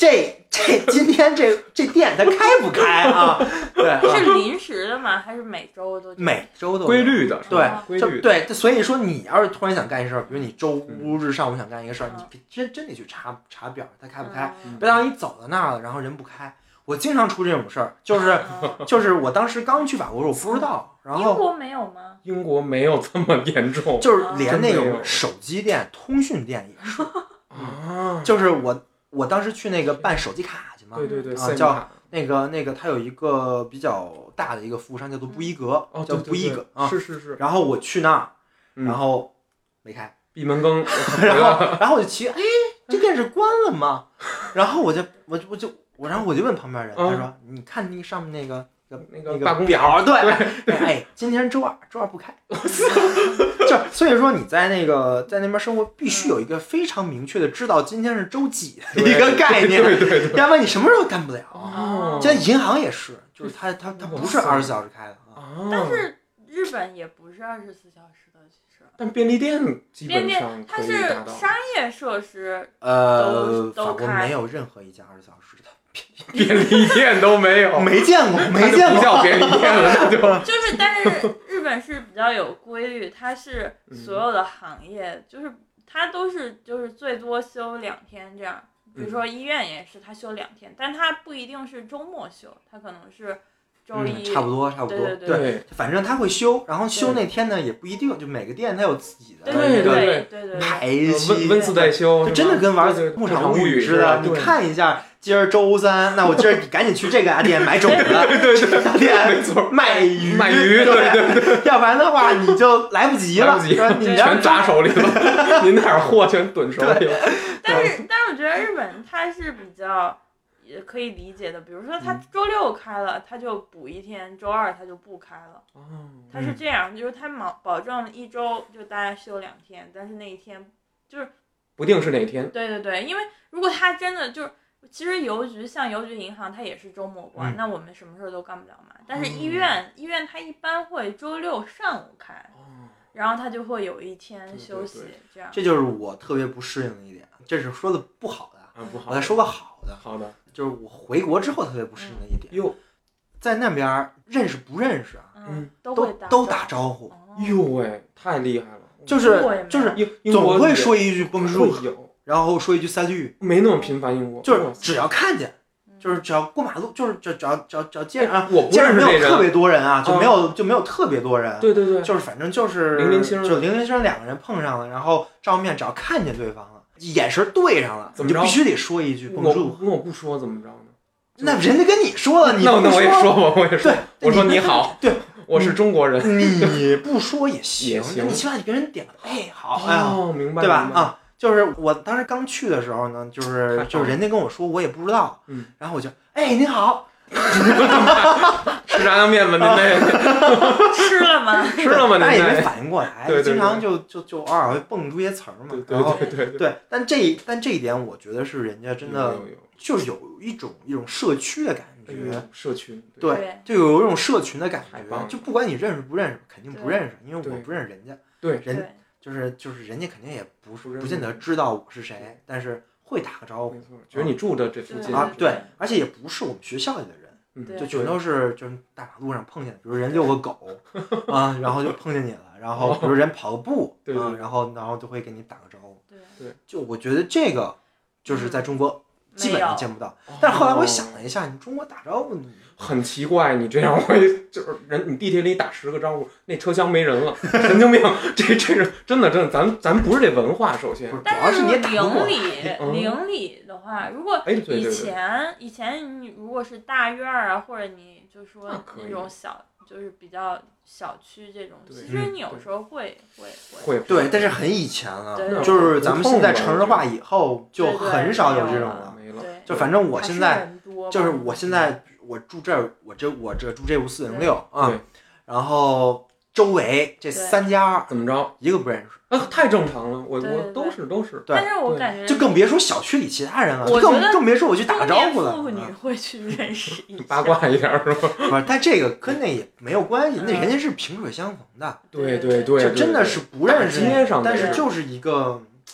今天这店它开不开啊？对， 是临时的吗？还是每周都？ 每周都规律的， 对， 规律对，所以说你要是突然想干一事儿，比如你周日上午想干一个事儿，你真得去查表，它开不开，别让你走到那儿了，然后人不开。我经常出这种事儿，就是我当时刚去法国，我不知道，然后英国没有吗？ 英国没有这么严重， 就是连那种手机店、通讯店也是啊， 就是我当时去那个办手机卡去嘛， 对， 叫那个它有一个比较大的一个服务商叫做布衣格，叫布衣格啊， 是， 然后我去那儿，然后没开， 闭门羹， 然后我就奇，这店是关了吗？然后我就问旁边人，他说你看那个上面那个罢工表，对，今天周二不开，就所以说你在那边生活必须有一个非常明确的知道今天是周几的一个概念， 对， 要不然你什么时候干不了。现在银行也是，就是它不是24小时开的啊。 但是日本也不是24小时的，其实。 但便利店基本上它是商业设施， 法国没有任何一家24小时的。 便利店都没有， 没见过，不叫便利店了，那就是，但是日本是比较有规律，它是所有的行业，就是它都是就是最多休2天这样，比如说医院也是，它休2天，但它不一定是周末休，它可能是周一， 差不多， 对， 反正他会休，然后休那天呢也不一定，就每个店它有自己的对排期， 温斯代休， 就真的跟玩牧场物语似的，你看一下。今儿周三，那我今儿赶紧去这家店买种子，这家店卖鱼，对，要不然的话你就来不及了， 你全砸手里了，您那点货全怼手里了。 但是我觉得日本它是比较也可以理解的，比如说它周6开了，它就补1天，周2它就不开了。它是这样，就是它保证1周就大家休2天，但是那一天就是不定是哪天。 对，因为如果它真的就是。其实邮局像邮局银行，它也是周末关，那我们什么事都干不了嘛。但是医院它一般会周6上午开，然后它就会有1天休息，这样。 这就是我特别不适应的一点，这是说的不好的， 不好。 我再说个好的，就是我回国之后特别不适应的一点，在那边认识不认识啊，都打招呼， 哟喂，太厉害了， 就是总会说一句bonjour。然后说一句salut， 没那么频繁，英国就是只要看见，就是只要过马路，就是只要街上， 我不认识没有特别多人啊，就没有特别多人， 对， 就是反正就是零零星 2个人碰上了，然后照面，只要看见对方了，眼神对上了，你就必须得说一句bonjour。 我不说怎么着呢？ 那人家跟你说了，你那我也说吧，我也说， 对， 我说你好， 对， 我是中国人， 你不说也行，你起码你跟人点个好，哎呀， 明白， 对吧？啊。就是我当时刚去的时候呢，就是人家跟我说我也不知道，然后我就您好， 吃炸酱面吗？您那吃了吗？ 吃了吗？ 大家也没反应过来， 对， 经常就偶尔会蹦出一些词儿嘛，然后对， 但这一点我觉得是人家真的就是有一种社区的感觉， 社群， 对，就有一种社群的感觉，就不管你认识不认识，肯定不认识，因为我不认识人家， 对人。就是人家肯定也不见得知道我是谁，但是会打个招呼， 觉得你住的这附近啊，对，而且也不是我们学校里的人，就全都是就是大马路上碰见，比如人遛个狗啊，然后就碰见你了，然后比如人跑个步啊，然后就会给你打个招呼， 对， 就我觉得这个就是在中国基本上见不到，但是后来我想了一下，你中国打招呼很奇怪，你这样会就是你地铁里打10个招呼，那车厢没人了，神经病！这是真的，咱不是这文化，首先。 但是你邻里的话，如果以前你如果是大院啊，或者你就说那种小，就是比较小区这种，其实你有时候会对，但是很以前了，就是咱们现在城市化以后就很少有这种了，就反正我现在就是我住这儿，我这住这屋406啊，然后周围这3家怎么着一个不认识啊，太正常了，我都是， 对， 但是我感觉就更别说小区里其他人了，更别说我去打个招呼了。 妇女会去认识一下， 八卦一点是吧？ 不是，但这个跟那也没有关系，那人家是萍水相逢的， 对， 这真的是不认识，但是就是一个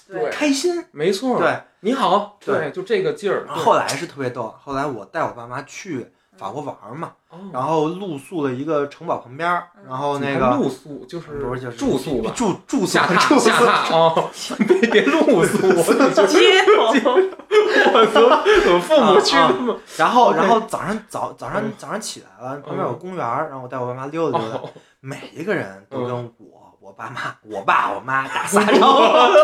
对， 开心， 没错， 对， 你好， 对， 就这个劲儿。 后来是特别逗，后来我带我爸妈去法国玩嘛，然后露宿了一个城堡旁边，然后那个露宿就是不是就是住宿吧， 住下榻哦，别露宿，我父母去那么， 然后早上起来了，旁边有公园，然后我带我爸妈溜达溜达，每一个人都跟我爸妈、我爸我妈打撒招，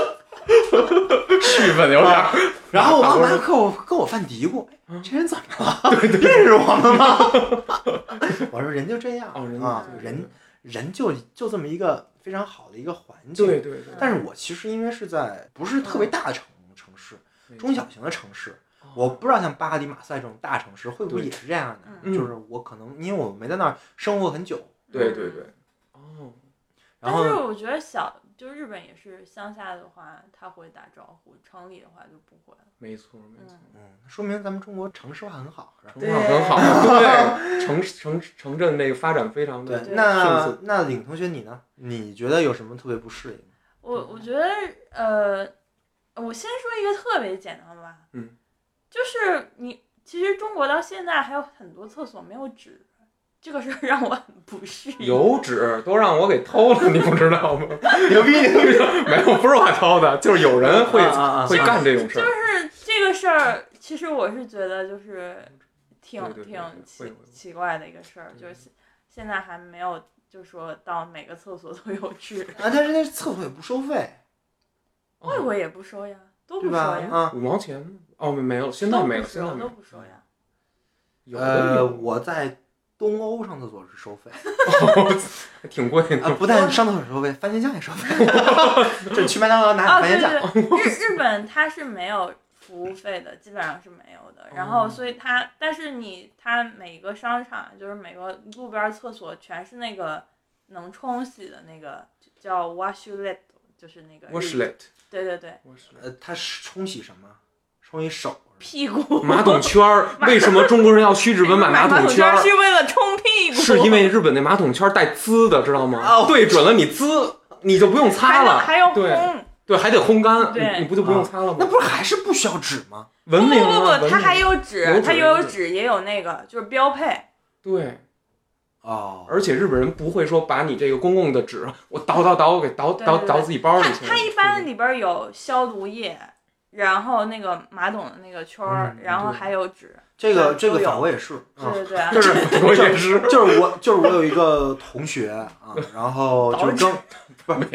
气氛有点。 然后我爸妈跟我犯嘀咕，这人怎么了？认识我们吗？我说人就这样啊，人就这么一个非常好的一个环境。 对。 但是我其实因为是在不是特别大的城市，中小型的城市，我不知道像巴黎、马赛这种大城市会不会也是这样的。就是我可能因为我没在那儿生活很久。 对。 哦。 但是我觉得就日本也是乡下的话，他会打招呼；城里的话就不会。 没错。 说明咱们中国城市化很好， 城市化很好。对，城镇那个发展非常的对。那李同学你呢？你觉得有什么特别不适应？ 我觉得我先说一个特别简单的吧。就是其实中国到现在还有很多厕所没有纸。这个事让我很不适应。 有纸都让我给偷了，你不知道吗？ 牛逼！ 没有，不是我偷的，就是有人会干这种事儿。 就是这个事儿，其实我是觉得就是挺奇怪的一个事儿，就是现在还没有就说到每个厕所都有纸啊，但是那厕所也不收费， 外国也不收呀，都不收呀 ，5 毛钱哦，没有，现在没有，现在都不收呀。 我在东欧上厕所是收费， 挺贵的。 不但上厕所收费，番茄酱也收费。这去麦当劳拿番茄酱。 日本它是没有服务费的，基本上是没有的。然后所以但是它每个商场就是每个路边厕所全是那个能冲洗的那个叫 washlet， 就是那个 washlet。 对。 它是冲洗什么？冲洗手。 屁股马桶圈儿，为什么中国人要去日本买马桶圈？ 是为了冲屁股， 是因为日本那马桶圈带滋的，知道吗？对准了你滋，你就不用擦了， 还要烘， 对，还得烘干，你不就不用擦了吗？ 那不是还是不需要纸吗？ 文明啊， 不，它还有纸，它有纸也有那个，就是标配。 对，而且日本人不会说把你这个公共的纸，我倒给倒自己包里去。 它一般里边有消毒液。然后那个马桶的那个圈儿，然后还有纸。 这个反我也是， 对， 就是我也是， 就是我有一个同学啊，然后就不是没，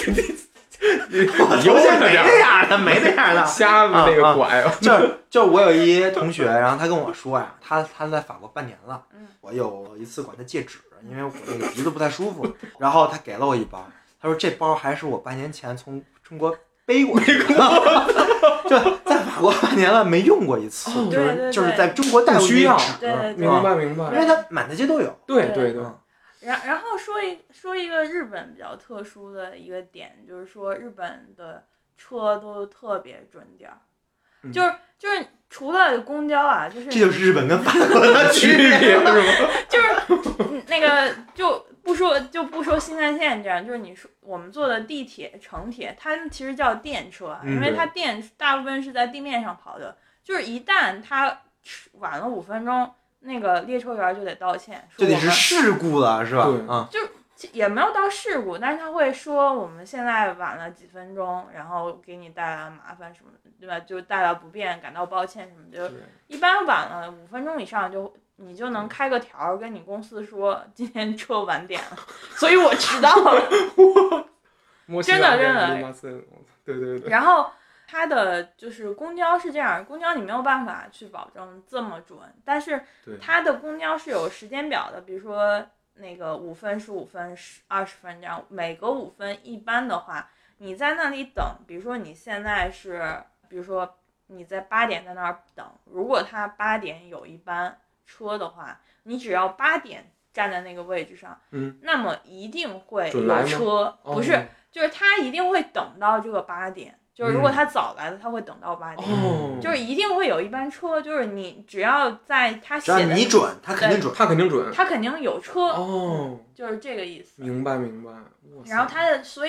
有点没那样的，没那样的， 瞎子那个拐。 就是我有一同学，然后他跟我说呀，他在法国半年了，我有一次管他借纸，因为我那个鼻子不太舒服，然后他给了我一包，他说这包还是我半年前从中国背过去的，就在法国半年了没用过一次，就是在中国带过一纸， 明白， 因为它满大街都有。 对。 然后说一个日本比较特殊的一个点，就是说日本的车都特别准点儿，就是除了公交啊，就是这就是日本跟法国的区别是吗？ 就是那个就不说新干线这样，就是你说我们坐的地铁、城铁，它其实叫电车，因为它大部分是在地面上跑的，就是一旦它晚了5分钟，那个列车员就得道歉， 这得是事故了是吧？ 就也没有到事故，但是他会说我们现在晚了几分钟，然后给你带来麻烦什么的，对吧？就带来不便，感到抱歉什么的。就一般晚了5分钟以上你就能开个条跟你公司说今天车晚点了，所以我迟到了。真的。 对。 然后它的就是公交是这样，公交你没有办法去保证这么准，但是它的公交是有时间表的，比如说那个5分、15分、20分这样，每隔5分一般的话，你在那里等，比如说你现在是，比如说你在8点在那儿等，如果他8点有一班车的话，你只要8点站在那个位置上，那么一定会有车，不是，就是他一定会等到这个8点。就是如果他早来了，他会等到8点，就是一定会有一班车，就是你只要在他写的， 只要你准，他肯定准， 他肯定有车，就是这个意思。 明白。 然后所以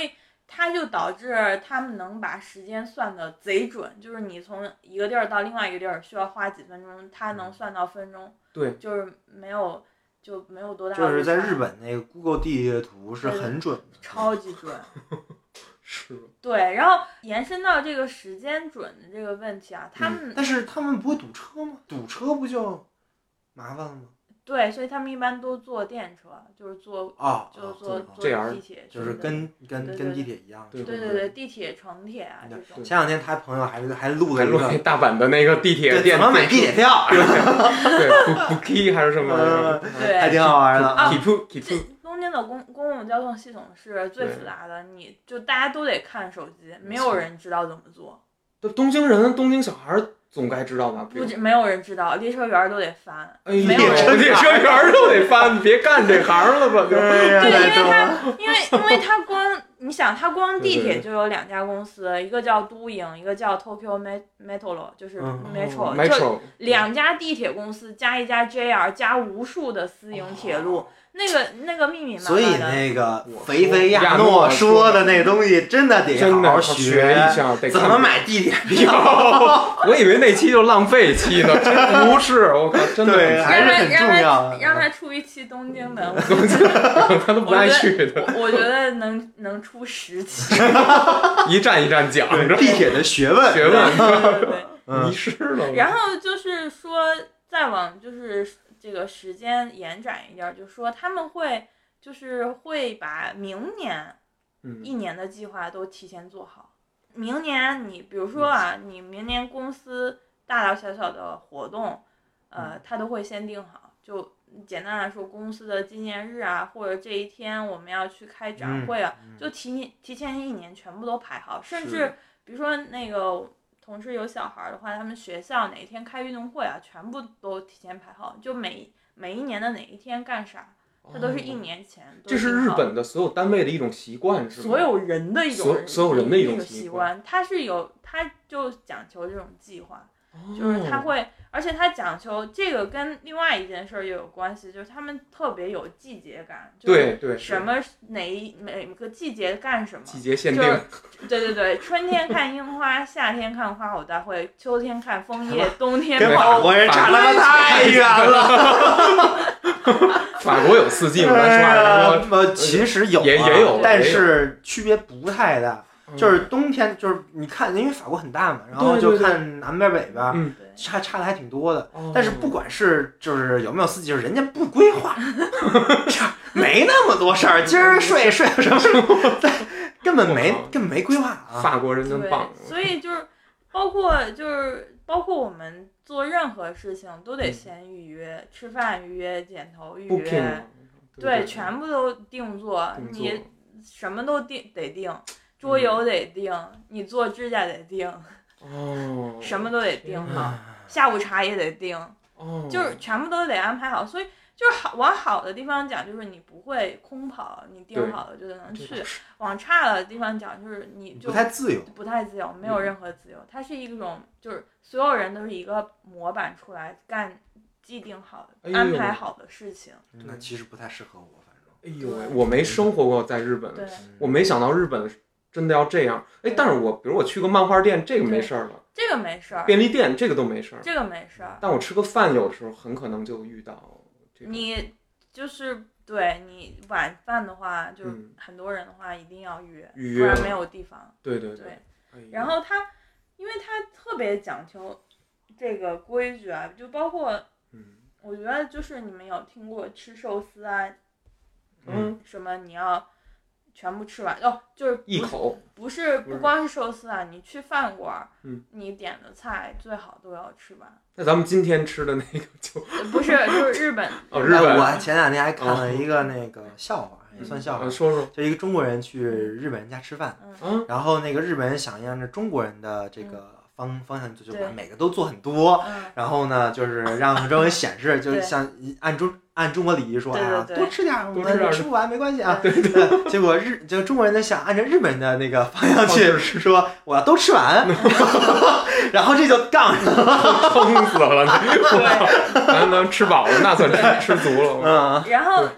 它就导致他们能把时间算得贼准，就是你从一个地儿到另外一个地儿需要花几分钟，它能算到分钟。 对， 就是没有多大。 就是在日本那个 Google 地图是很准的， 超级准。 是。 对，然后延伸到这个时间准的这个问题啊，他们、 但是他们不会堵车吗？堵车不就麻烦了吗？ 对，所以他们一般都坐电车，就是坐坐地铁， 就是跟地铁一样。 对，地铁、城铁啊这种。 前两天他朋友还录了一个大阪的那个地铁店， 怎么买地铁票？ 对，不 key 还是什么？ 对， 还挺好玩的。 keep 东京的公共交通系统是最复杂的，你就大家都得看手机，没有人知道怎么做。 东京小孩总该知道吧？ 没有人知道，列车员都得翻。 哎呦，列车员都得翻，你别干这行了吧？ 对，因为他光你想，他光地铁就有2家公司，一个叫都营，一个叫 Tokyo Metro， 就是 Metro， 就2家地铁公司加一家 JR 加无数的私营铁路。那个密密麻麻的， 所以那个肥亚诺说的那东西真的得好好学一下， 怎么买地铁票。 我以为那期就浪费期呢，真不是，我靠，真的还是很重要的。 让他出一期东京的， 他都不爱去的。 我觉得能出10期， 一站一站讲地铁的学问， 对， 迷失了。 然后就是说，再往就是这个时间延展一点，就是说他们会把明年1年的计划都提前做好。明年你比如说啊，你明年公司大大小小的活动，它都会先定好。就简单来说，公司的纪念日啊，或者这一天我们要去开展会啊，就提前1年全部都排好。甚至比如说那个同事有小孩的话，他们学校哪一天开运动会啊，全部都提前排好。就每一年的哪一天干啥，这都是1年前。 这是日本的所有单位的一种习惯，是吗？ 所有人的一种所有人的一种习惯，他就讲求这种计划，就是他会，而且他讲求这个跟另外一件事也有关系，就是他们特别有季节感， 对， 什么每个季节干什么， 季节限定， 对，春天看樱花，夏天看花火大会，秋天看枫叶，冬天跟法国人差得太远了。 法国有4季吗？咱说其实有， 也有， 但是区别不太大。就是冬天，就是你看，因为法国很大嘛，然后就看南边北边，差的还挺多的。但是不管是就是有没有4季，就是人家不规划，没那么多事儿，今儿睡什么，根本没规划啊。 法国人真棒。 所以就是包括我们做任何事情都得先预约，吃饭预约，剪头预约，对，全部都定做，你什么都得定。桌游得定，你做指甲得定，什么都得定好，下午茶也得定，就是全部都得安排好。所以就是往好的地方讲，就是你不会空跑，你定好了就能去；往差的地方讲，就是你就不太自由， 没有任何自由。它是一种就是所有人都是一个模板出来干既定好的、安排好的事情。 那其实不太适合我，反正。 哎呦，我没生活过在日本，我没想到日本真的要这样。但是比如我去个漫画店，这个没事儿了， 这个没事儿， 便利店这个都没事儿， 这个没事儿。 但我吃个饭有时候很可能就遇到你就是对你晚饭的话，就是很多人的话一定要预约，不然没有地方。 对。 然后因为他特别讲究这个规矩啊，就包括我觉得就是你们有听过吃寿司啊，什么你要全部吃完就是一口， 不光是寿司啊，你去饭馆，你点的菜最好都要吃完。 那咱们今天吃的那个就不是，就是日本。 日本。 我前2天还看了一个那个笑话，也算笑话。 说。 就一个中国人去日本人家吃饭，然后那个日本人想让着中国人的这个方向，就把每个都做很多，然后呢，就是让中国人显示，就像按中国礼仪说啊，多吃点，我们吃不完没关系啊。对。结果就中国人想按照日本人的那个方向去说，我要都吃完，然后这就杠上了， 撑死了。咱能吃饱了，那算吃足了。 然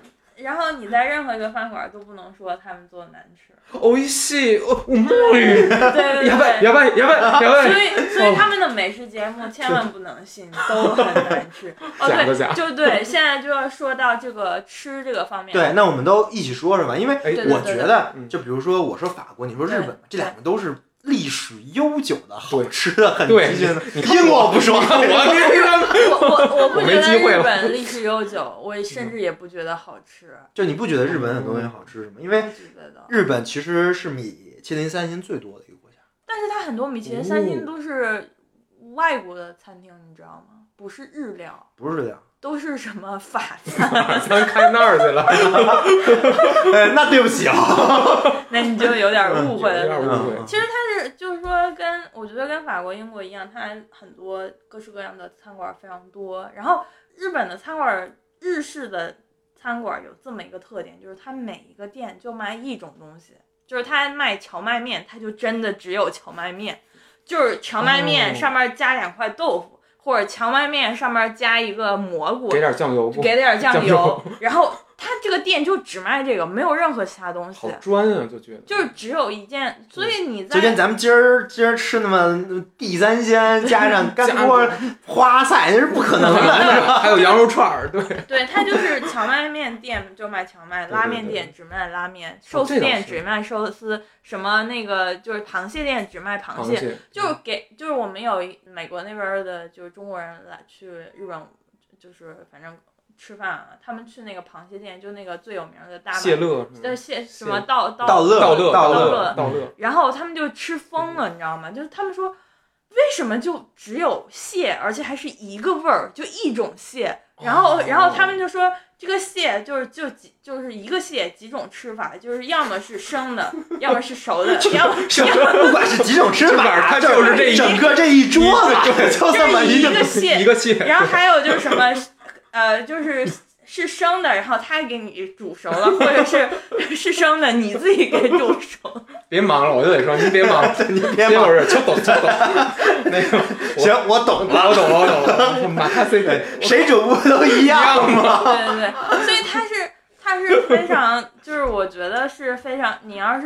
然后你在任何一个饭馆都不能说他们做的难吃。 おいしい、うまい。 对， やばいやばいやばいやばい。 所以他们的美食节目千万不能信，都很难吃。对，就对，现在就要说到这个吃这个方面。 对，那我们都一起说是吧？因为我觉得，就比如说我说法国，你说日本，这两个都是历史悠久的好吃的很激进的。英国不说， 我不觉得日本历史悠久，我甚至也不觉得好吃。 就你不觉得日本很多东西好吃是吗？因为日本其实是米其林3星最多的一个国家， 但是它很多米其林3星都是外国的餐厅，你知道吗？不是日料， 不是日料。 都是什么法餐？ 咱开那儿去了。 那对不起啊， 那你就有点误会了。 有点误会。 其实它是就是说我觉得跟法国、英国一样，它很多各式各样的餐馆非常多。然后日本的餐馆，日式的餐馆有这么一个特点，就是它每一个店就卖一种东西，就是它卖荞麦面，它就真的只有荞麦面，就是荞麦面上面加2块豆腐。或者荞麦面上面加一个蘑菇， 给点酱油， 然后他这个店就只卖这个，没有任何其他东西。 好专啊，就觉得就是只有一件，所以你在就跟咱们今儿吃那么地三鲜加上干锅花菜，那是不可能的。 还有羊肉串儿， 对，他就是荞麦面店就卖荞麦，拉面店只卖拉面，寿司店只卖寿司，什么那个就是螃蟹店只卖螃蟹，就是我们有美国那边的，就是中国人来去日本，就是反正。吃饭啊，他们去那个螃蟹店，就那个最有名的大蟹乐， 蟹什么道乐， 然后他们就吃疯了，你知道吗？就是他们说，为什么就只有蟹，而且还是一个味儿，就一种蟹？然后他们就说，这个蟹就是一个蟹几种吃法，就是要么是生的，要么是熟的，要么不管是几种吃法， 它就是整个这一桌子，就这么一个蟹，然后还有就是什么。是生的，然后他给你煮熟了，或者是生的，你自己给煮熟。 别忙了，我就得说，您别忙， 您别忙， 就懂。那个， 行，我懂了。 马卡西， 谁煮不都一样吗？ 对，所以它是非常，就是我觉得是非常，你要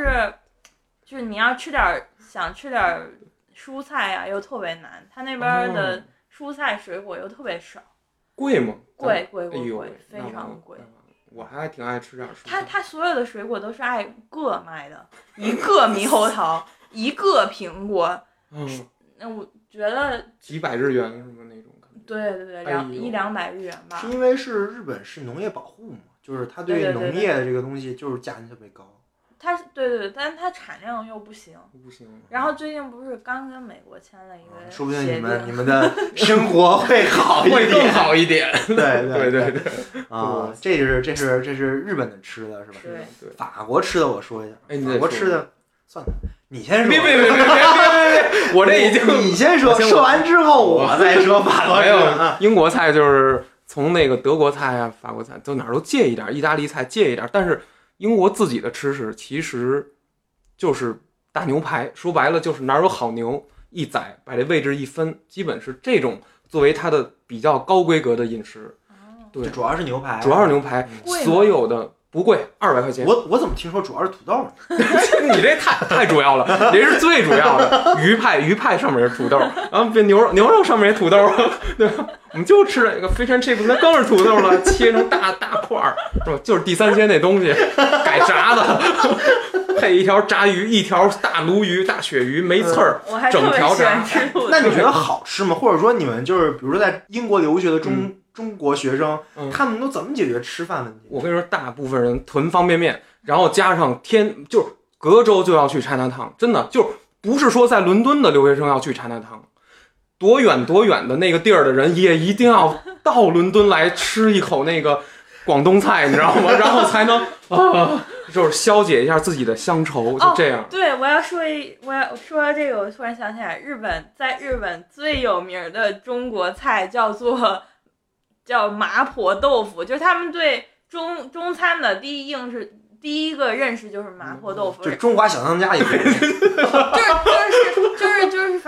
想吃点蔬菜啊，又特别难，它那边的蔬菜水果又特别少。 贵吗？ 贵，非常贵。 我还挺爱吃点蔬菜。它所有的水果都是按个卖的，一个猕猴桃，一个苹果。那我觉得几百日元什么那种感觉。 对，100-200日元吧。 是因为日本是农业保护嘛，就是它对农业的这个东西就是价钱特别高。 它对，但是它产量又不行。然后最近不是刚跟美国签了一个说不定你们的生活会好一点， 会更好一点。 对啊，这是日本的吃的是吧？ 对。 法国吃的我说一下，法国吃的算了，你先说。 别，我这已经你先说，说完之后我再说法国。 没有，英国菜就是从那个德国菜啊、法国菜，都哪儿都借一点，意大利菜借一点，但是。英国自己的吃食其实就是大牛排，说白了就是哪有好牛一宰，把这位置一分，基本是这种作为它的比较高规格的饮食。对， 主要是牛排， 所有的不贵，200块钱。 我怎么听说主要是土豆呢？ 你这太主要了，这是最主要的。鱼派上面是土豆，然后牛肉上面也土豆，对吧？我们就吃这个 fish and chips， 那更是土豆了，切成大块儿，是吧？就是地三鲜那东西，改炸的，配一条炸鱼，一条大鲈鱼、大鳕鱼，没刺儿，整条炸。 那你觉得好吃吗？或者说你们就是比如说在英国留学的中国学生，他们都怎么解决吃饭问题？ 我跟你说，大部分人囤方便面，然后加上就是隔周就要去 Chinatown， 真的就不是说在伦敦的留学生要去 Chinatown。多远的那个地儿的人也一定要到伦敦来吃一口那个广东菜，你知道吗？然后才能就是消解一下自己的乡愁，就这样。 对，我要说这个，我突然想起来，在日本最有名的中国菜叫麻婆豆腐，就是他们对中餐的第一个认识就是麻婆豆腐， 就中华小当家也可以， 就是反正是一个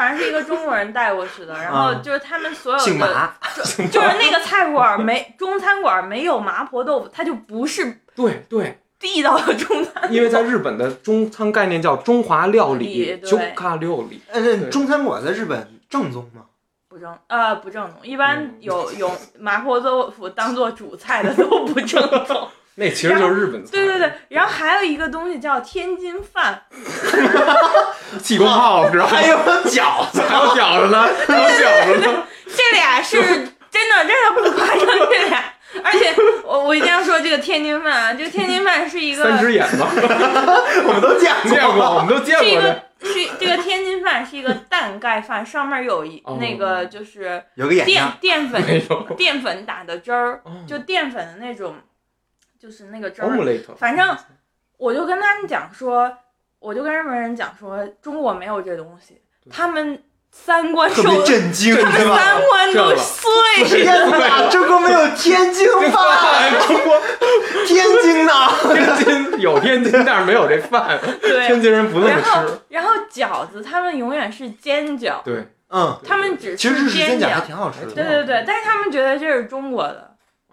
中国人带过去的，然后就是他们所有的姓马， 就是那个菜馆中餐馆没有麻婆豆腐，它就不是对地道的中餐。 因为在日本的中餐概念叫中华料理，中华料理。 中餐馆在日本正宗吗？ 不正宗，一般有麻婆豆腐当做主菜的都不正宗。 那其实就是日本菜。 对，然后还有一个东西叫天津饭， 气功炮是吧？ 还有饺子， 还有饺子呢， 这俩是真的不夸张，这俩。而且我一定要说这个天津饭啊，这个天津饭是一个三只眼吗？ 我们都见过， 我们都见过的。 是这个天津饭是一个蛋盖饭，上面有那个就是有个眼淀粉打的汁儿，就淀粉的那种，就是那个汁儿。反正我就跟他们讲说，我就跟日本人讲说，中国没有这东西，他们三观特别震惊， 他们三观都碎。 天哪，中国没有天津饭，中国天津呢？ 天津有天津，但是没有这饭。 对， 天津人不那么吃。 然后饺子，他们永远是煎饺。 对， 他们只其实日式煎饺还挺好吃的。 对，但是他们觉得这是中国的。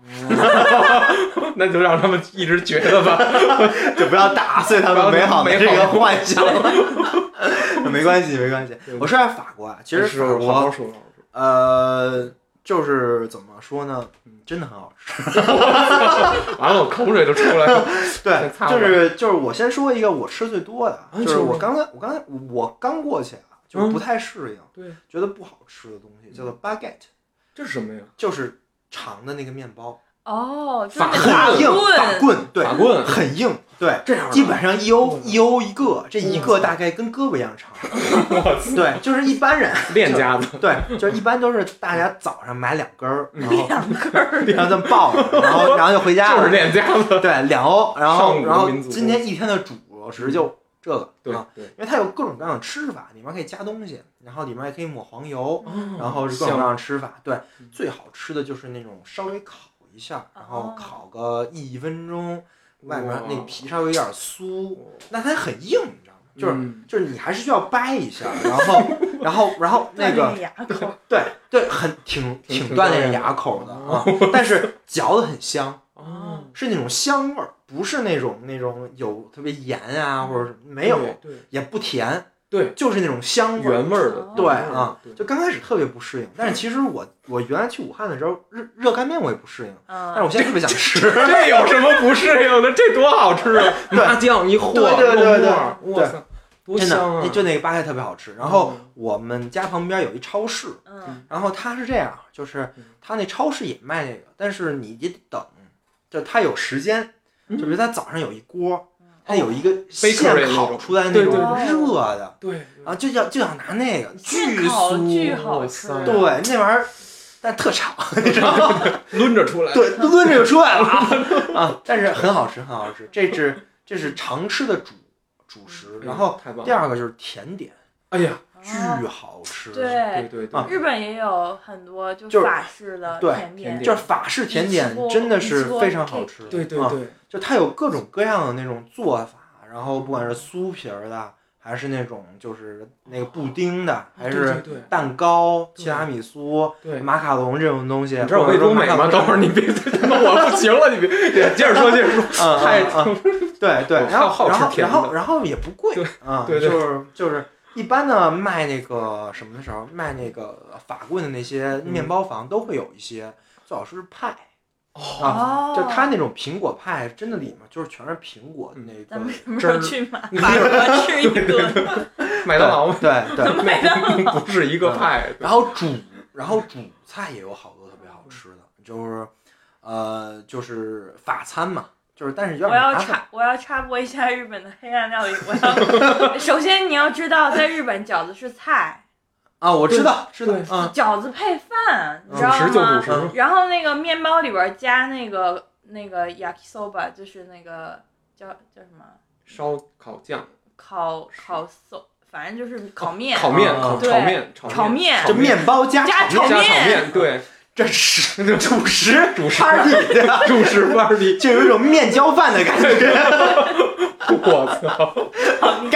那就让他们一直觉得吧， 就不要打碎他们美好的这个幻想。没关系。我说下法国啊，其实法国就是怎么说呢，真的很好吃。 完了，我口水都出来了。 对，就是我先说一个我吃最多的，就是我刚过去啊，就是不太适应， 对， 觉得不好吃的东西叫做 baguette。 这是什么呀？ 就是长的那个面包。 就是很硬，法棍，对， 法棍很硬，对， 这样基本上一欧一个，这一个大概跟胳膊一样长。对，就是一般人练家子， 对，就是一般都是大家早上买2根儿，然后这么抱着，然后就回家了， 就是练家子， 对，2欧，然后今天一天的主食就这个， 对， 因为它有各种各样的吃法，里面可以加东西，然后里面也可以抹黄油，然后是各种各样的吃法，对，最好吃的就是那种稍微烤一下，然后烤个1分钟，外面那皮稍微有点酥，那它很硬，你知道吗？就是你还是需要掰一下，然后那个对，挺锻炼牙口的啊，但是嚼得很香，是那种香味儿，不是那种有特别盐啊，或者没有，也不甜。对，就是那种香味原味的， 对啊，就刚开始特别不适应，但是其实我原来去武汉的时候，热干面我也不适应，但是我现在特别想吃。 这有什么不适应的？这多好吃啊！麻酱一和， 对， 哇塞，多香啊！ 就那个巴盖特别好吃。然后我们家旁边有一超市，然后它是这样，就是它那超市也卖那个，但是你得等，就它有时间，就比如它早上有一锅。它有一个现烤出来那种热的， 对， 然后就想拿那个巨酥， 巨好吃， 对，那玩意儿，但特吵，你知道吗？ 抡着出来， 对，抡着就出来了啊！但是很好吃，这是常吃的主食。然后第二个就是甜点， 哎呀， 巨好吃， 对，日本也有很多就法式的甜点， 就是法式甜点真的是非常好吃， 对。 就它有各种各样的那种做法，然后不管是酥皮儿的，还是那种就是那个布丁的，还是蛋糕、提拉米苏、马卡龙这种东西。 你知道我中美吗？等会儿你别，我不行了，你别接着说，太对，然后也不贵啊， 对， 就是一般的卖那个什么的时候，卖那个法棍的那些面包房都会有一些，最好是派。就它那种苹果派，真的里面就是全是苹果的那个。 咱们什么时候去法国吃一顿？ 麦当劳对， 麦当劳不是一个派。 然后主菜也有好多特别好吃的，就是法餐嘛，就是但是有点麻烦。 我要插播一下日本的黑暗料理。首先你要知道，在日本饺子是菜。 我知道， 饺子配饭，你知道吗？然后那个面包里边加那个 yakisoba， 就是那个叫什么？ 烧烤酱。 反正就是烤面。 炒面。 这面包加炒面，对。 这是主食 party， 主食 party， 就有一种面交饭的感觉。 我操！ 盖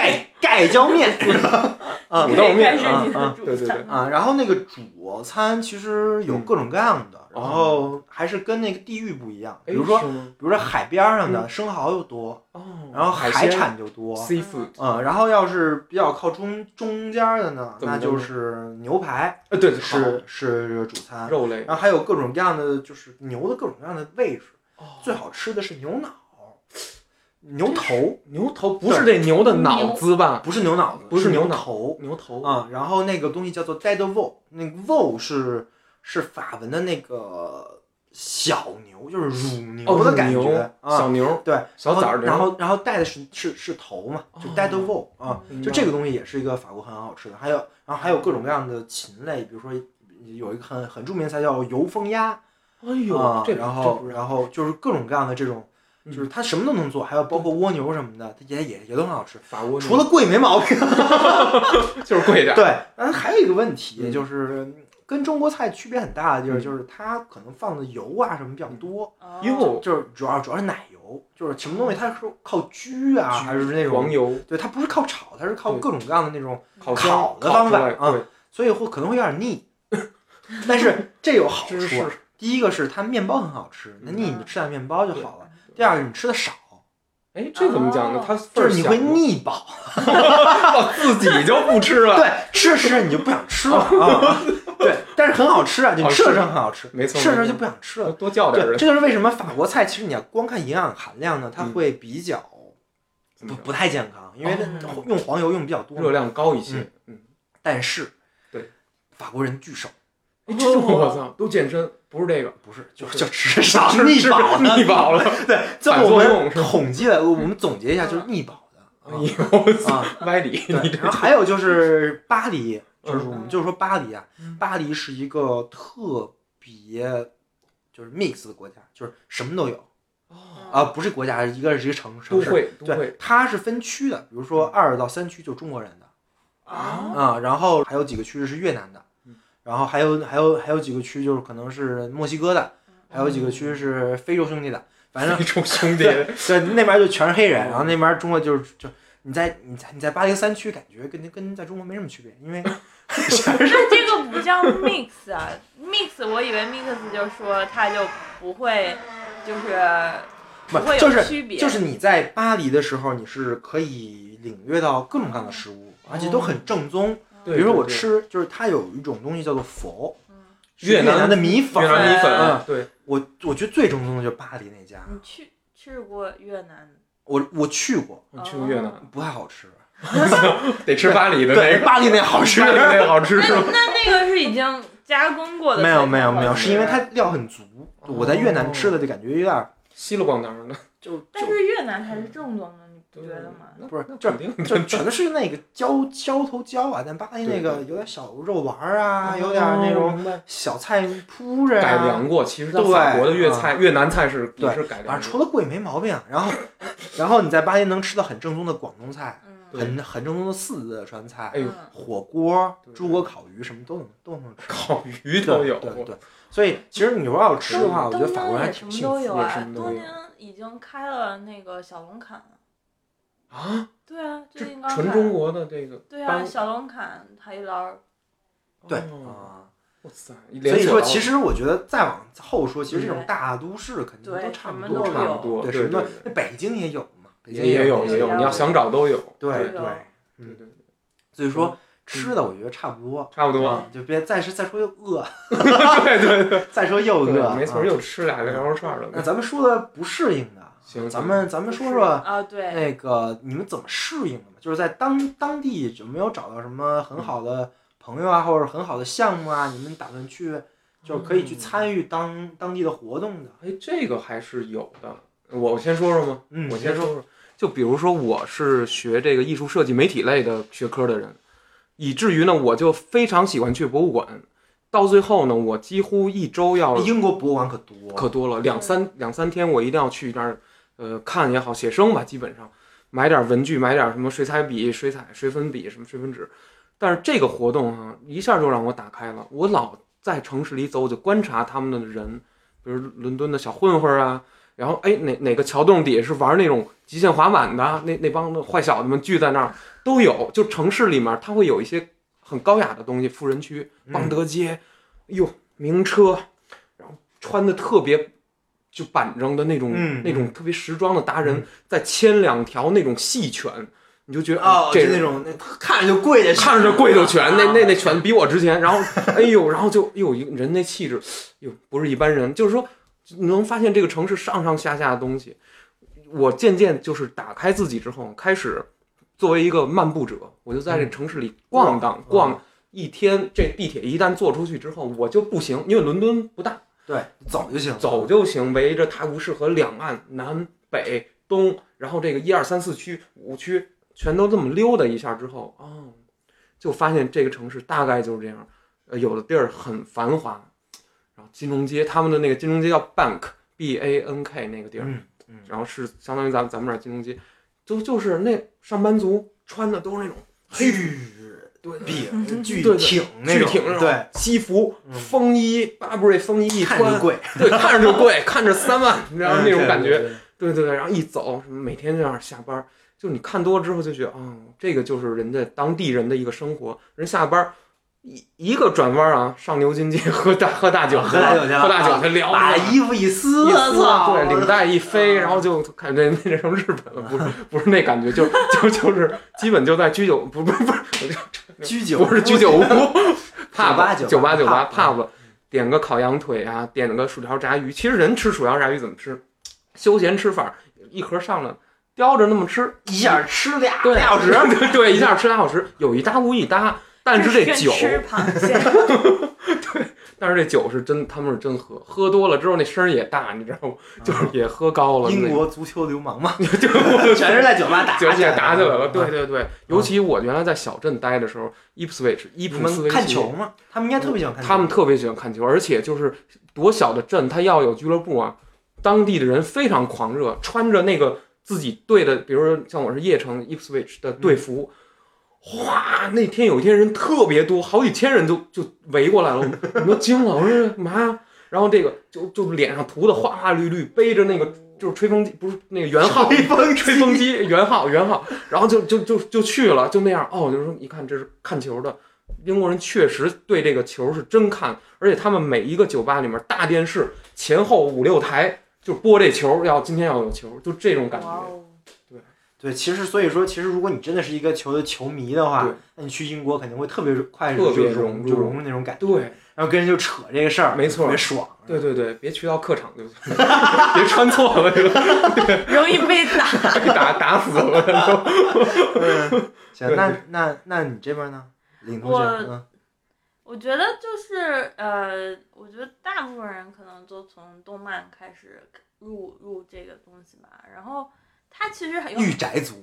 盖浇面， 土豆面对对啊。然后那个主餐其实有各种各样的，然后还是跟那个地域不一样。比如说海边上的生蚝又多，然后海产就多 ，seafood， 然后要是比较靠中间的呢，那就是牛排， 对， 是主餐， 肉类， 然后还有各种各样的，就是牛的各种各样的位置。最好吃的是牛脑。牛头不是这牛的脑子吧？不是牛脑子， 不是牛头啊。然后那个东西叫做 dead veau， 那个 veau 是法文的那个小牛，就是乳牛的感觉， 小牛， 对， 小崽牛。 然后带的是头嘛，就 dead veau 啊。就这个东西也是一个法国很好吃的。然后还有各种各样的禽类，比如说有一个很著名的菜叫油封鸭，然后就是各种各样的这种。就是它什么都能做，还有包括蜗牛什么的，它也都很好吃。 法蜗牛除了贵没毛病， 就是贵点。 对，但还有一个问题，就是跟中国菜区别很大的地儿，就是它可能放的油啊什么比较多，就是主要是奶油，就是什么东西它是靠焗啊，还是那种黄油？ 对，它不是靠炒，它是靠各种各样的那种烤的方法啊，所以可能会有点腻。但是这有好处，第一个是它面包很好吃，那你吃点面包就好了。第二个你吃的少， 哎，这怎么讲呢？它就是你会腻饱， 自己就不吃了。 对，吃你就不想吃了啊。对，但是很好吃啊，你吃的时候很好吃， 没错， 吃的时候就不想吃了， 多叫点。 这就是为什么法国菜其实你要光看营养含量呢，它会比较不太健康，因为用黄油用比较多， 热量高一些。 但是对法国人巨瘦。 我操，都健身，不是这个， 不是，就吃少，腻饱了。对，最后我们统计了，我们总结一下，就是腻饱的。 哎呦歪理。 然后还有就是巴黎，就是我们就是说巴黎啊，巴黎是一个特别就是 mix 的国家，就是什么都有。不是国家，一个是一个城市，对，它是分区的，比如说2到3区就是中国人的然后还有几个区是越南的。然后还有几个区就是可能是墨西哥的，还有几个区是非洲兄弟的，反正非洲兄弟对那边就全是黑人，然后那边中国就你在巴黎3区感觉跟在中国没什么区别，因为那这个不叫 mix 啊 ，mix 我以为 mix 就是说它就不会不会有区别， 就是你在巴黎的时候你是可以领略到各种各样的食物，而且都很正宗。比如说我吃，就是它有一种东西叫做佛，越南的米粉， 对， 我觉得最正宗的就是巴黎那家。 你去过越南？ 我去过， 去过越南， 不太好吃， 得吃巴黎的那个，巴黎那好吃， 巴黎那好吃。 那个是已经加工过的？ 没有，是因为它料很足。我在越南吃的就感觉有点稀了咣当的， 但是越南才是正宗的。觉得吗？ 不是，就全都是那个浇头浇啊，但巴黎那个有点小肉丸啊，有点那种小菜铺着改良过。其实在法国的越南菜是也是改良过， 反正除了贵没毛病。然后你在巴黎能吃到很正宗的广东菜，很正宗的四川菜，火锅、猪锅烤鱼什么都能吃， 烤鱼都有。 对，所以其实你如果要吃的话，我觉得法国人还挺幸福的。 东宁已经开了那个小龙坎了。对啊， 这纯中国的这个。 对啊，小龙坎、海底捞。 对哇塞！ 所以说，其实我觉得再往后说，其实这种大都市肯定都差不多，对，什么那北京也有嘛，北京也有，你要想找都有。 对，所以说吃的我觉得差不多，就别再说又饿。 对， 再说又饿， 没错，又吃2个羊肉串了。 那咱们说的不适应的。行，咱们说说对那个你们怎么适应的嘛？就是在当地有没有找到什么很好的朋友啊，或者很好的项目啊？你们打算去，就可以去参与当地的活动的？ 哎，这个还是有的。我先说说吗？我先说说。就比如说，我是学这个艺术设计媒体类的学科的人，以至于呢，我就非常喜欢去博物馆。到最后呢，我几乎一周要英国博物馆可多了，两三天我一定要去那儿。看也好，写生吧，基本上买点文具，买点什么水彩笔、水粉笔、什么水粉纸。但是这个活动一下就让我打开了。我老在城市里走，就观察他们的人，比如伦敦的小混混啊， 然后哪个桥洞底下是玩那种极限滑板的，那帮坏小子们聚在那儿都有。就城市里面它会有一些很高雅的东西，富人区、邦德街，名车，然后穿的特别就板正的那种特别时装的达人，再牵2条那种细犬，你就觉得这那种看着就贵的， 看着贵的犬，那犬比我值钱。然后然后就人那气质，不是一般人。就是说，你能发现这个城市上上下下的东西。我渐渐就是打开自己之后，开始作为一个漫步者，我就在这城市里逛一天。这地铁一旦坐出去之后，我就不行，因为伦敦不大。 对，走就行，围着泰晤士河两岸，南北东，然后这个1、2、3、4区、5区全都这么溜达一下之后，就发现这个城市大概就是这样。有的地儿很繁华，然后金融街，他们的那个金融街叫 BANK 那个地儿，然后是相当于咱们这儿金融街，就是那上班族穿的都是那种黑巨挺那种，对， 西服、风衣、Burberry 风衣一穿， 看着贵， 对，看着就贵，看着3万，你知道那种感觉，对，然后一走，每天这样下班，就你看多了之后就觉得，这个就是人家当地人的一个生活，人下班一个转弯啊，上牛津街喝大酒去聊， 把衣服一撕， 对，领带一飞，然后就感觉那成日本了，不是那感觉，就是基本就在居酒，不是居酒屋，pub 点个烤羊腿啊，点个薯条炸鱼。其实人吃薯条炸鱼怎么吃？休闲吃法，一盒上来，叼着那么吃， 一下吃2 小时，对，一下吃2小时，有一搭无一搭。但是这酒，对，但是这酒是真，他们是真喝多了之后那声也大，你知道吗？就是也喝高了。 英国足球流氓嘛，全是在酒吧打起来了。对，尤其我原来在小镇待的时候，伊普斯维奇看球吗？他们应该特别喜欢看球。 他们特别喜欢看球，而且就是多小的镇，他要有俱乐部啊，当地的人非常狂热，穿着那个自己队的，比如说像我是叶城伊普斯维奇的队服。哇！那天有一天人特别多，好几千人就围过来了，我都惊了，我说干嘛呀？然后这个就脸上涂的花花绿绿，背着那个就是吹风机，不是那个圆号吹风机圆号，然后就去了，就那样。就是说一看这是看球的，英国人确实对这个球是真看，而且他们每一个酒吧里面大电视前后5、6台就播这球，今天要有球，就这种感觉。 对，所以说，如果你真的是一个球的球迷的话，那你去英国肯定会特别快就融入那种感觉。 对， 然后跟人就扯这个事儿， 没错， 特别爽。 对，别去到客场就行，别穿错了这个， 容易被打死了。 行，那你这边呢，领同学？ 我觉得就是我觉得大部分人可能都从动漫开始入这个东西吧，然后。他其实很有御宅族，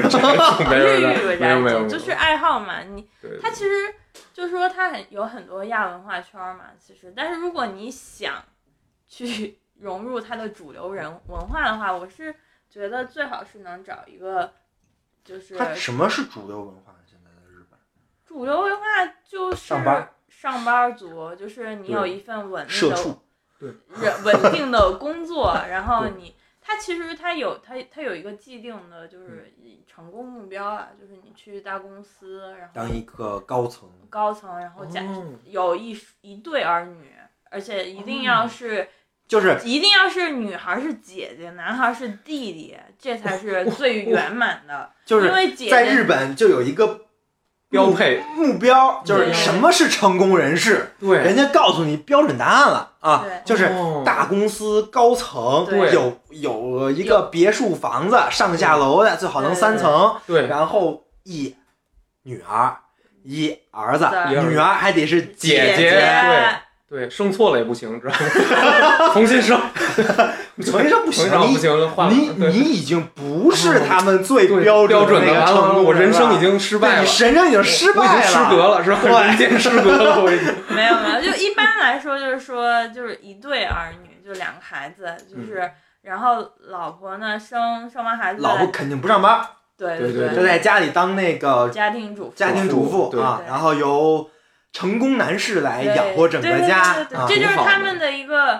没有， 就是爱好嘛。他其实就是说他有很多亚文化圈嘛，其实，但是如果你想去融入他的主流文化的话，我是觉得最好是能找一个，就是他什么是主流文化？现在的日本主流文化就是上班族，就是你有一份稳定的工作，然后你。他其实他有一个既定的，就是成功目标啊，就是你去大公司，然后当一个高层， 然后有一对儿女，而且一定要是， 就是一定要是女孩是姐姐，男孩是弟弟，这才是最圆满的。 就是因为姐姐在日本就有一个标配目标，就是什么是成功人士？ 对， 人家告诉你标准答案了啊，就是大公司高层，有一个别墅房子，上下楼的，最好能3层， 对， 然后一女儿一儿子，女儿还得是姐姐， 对，生错了也不行，知道吗？重新生不行， 你已经不是他们最标准的成功， 我人生已经失败了， 你人生已经失败了， 我已经失格了，是吧？人间失格了，我已经没有，就一般来说就是一对儿女，就2个孩子，就是然后老婆呢生完孩子， 老婆肯定不上班， 对， 就在家里当那个家庭主妇啊，然后由成功男士来养活整个家， 这就是他们的一个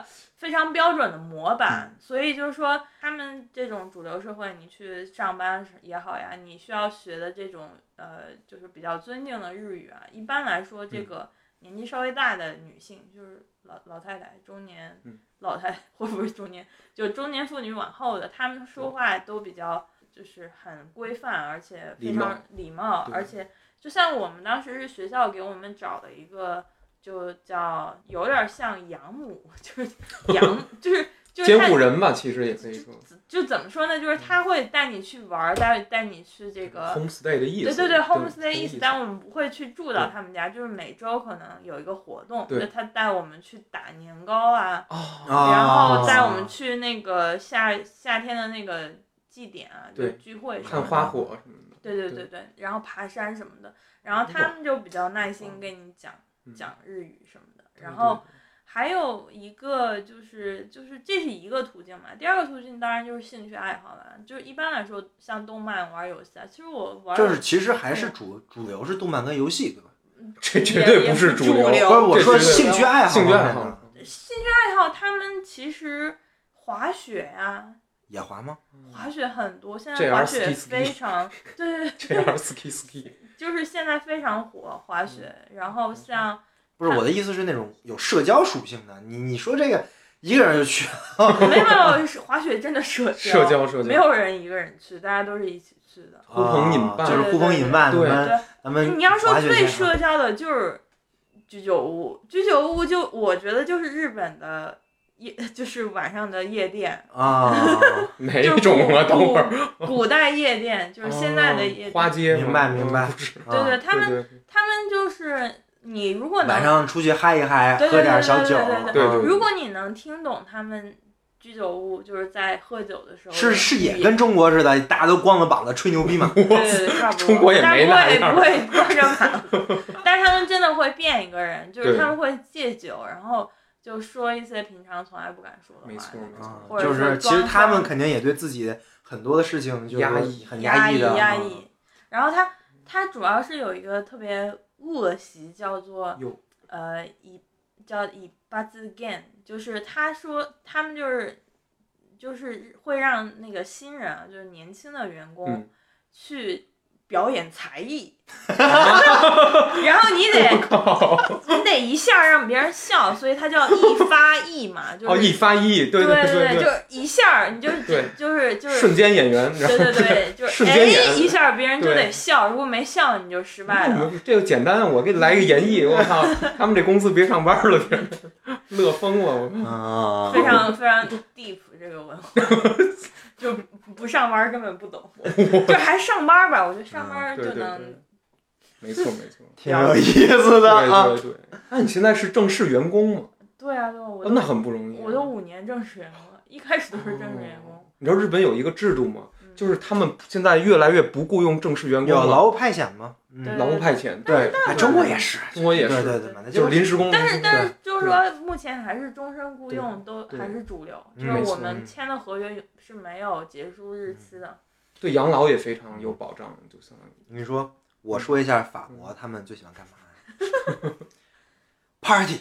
非常标准的模板，所以就是说他们这种主流社会，你去上班也好呀，你需要学的这种就是比较尊敬的日语啊，一般来说这个年纪稍微大的女性，就是老太太、中年老太太或不是中年，就中年妇女往后的，她们说话都比较就是很规范，而且非常礼貌，而且就像我们当时是学校给我们找的一个。就叫有点像养母，就是就是监护人吧，其实也可以说。 就怎么说呢？就是他会带你去玩，带你去这个 homestay 的意思。 对 homestay 意思，但我们不会去住到他们家，就是每周可能有一个活动，就他带我们去打年糕啊，然后带我们去那个夏天的那个祭典啊，就聚会什么的， 看花火什么的。 对，然后爬山什么的，然后他们就比较耐心跟你讲日语什么的，然后还有一个就是这是一个途径嘛。第二个途径当然就是兴趣爱好了，就是一般来说像动漫、玩游戏啊，其实我玩就是其实还是主流是动漫跟游戏，对吧？ 这绝对不是主流。 不是我说兴趣爱好， 兴趣爱好，他们其实滑雪呀。 也滑吗？ 滑雪很多，现在滑雪非常对 JR ski 就是现在非常火滑雪，然后像不是我的意思是那种有社交属性的，你说这个一个人就去， 没有滑雪真的社交， 没有人一个人去，大家都是一起去的， 呼朋引伴， 就是呼朋引伴。 对， 咱们你要说最社交的就是居酒屋就我觉得就是日本的。就是晚上的夜店啊， 哪种啊？等会儿， 古代夜店就是现在的夜店， 花街， 明白。 对，他们就是你如果能晚上出去嗨一嗨，喝点小酒， 对。 如果你能听懂他们居酒屋就是在喝酒的时候， 是也跟中国似的，大家都光着膀子吹牛逼嘛？ 对，差不多。 中国也没那样， 不会光着膀子，但是他们真的会变一个人，就是他们会戒酒，然后。就说一些平常从来不敢说的话， 没错， 就是其实他们肯定也对自己很多的事情就很压抑的， 然后他主要是有一个特别恶习，叫做以巴兹 gan， 就是他说他们就是会让那个新人啊，就是年轻的员工去。表演才艺，然后你得一下让别人笑，所以它叫一发艺嘛，就是一发艺，对， 就是一下你就是瞬间演员， 对，就是一下别人就得笑，如果没笑你就失败了。 这个简单，我给你来一个演绎，我靠，他们这公司别上班了，乐疯了，我非常非常 deep 这个文化。就不上班根本不懂，就还上班吧，我觉得上班就能， 没错， 挺有意思的啊。 对。那你现在是正式员工吗？ 对啊， 那很不容易。 我都5年正式员工了，一开始都是正式员工。 你知道日本有一个制度吗？就是他们现在越来越不雇佣正式员工了， 有劳务派遣吗？ 劳务派遣， 对，中国也是， 对，就是临时工。 但是就是说，目前还是终身雇佣，都还是主流。就是我们签的合约是没有结束日期的。 对养老也非常有保障，就相当于。 你说，我说一下法国他们最喜欢干嘛？Party，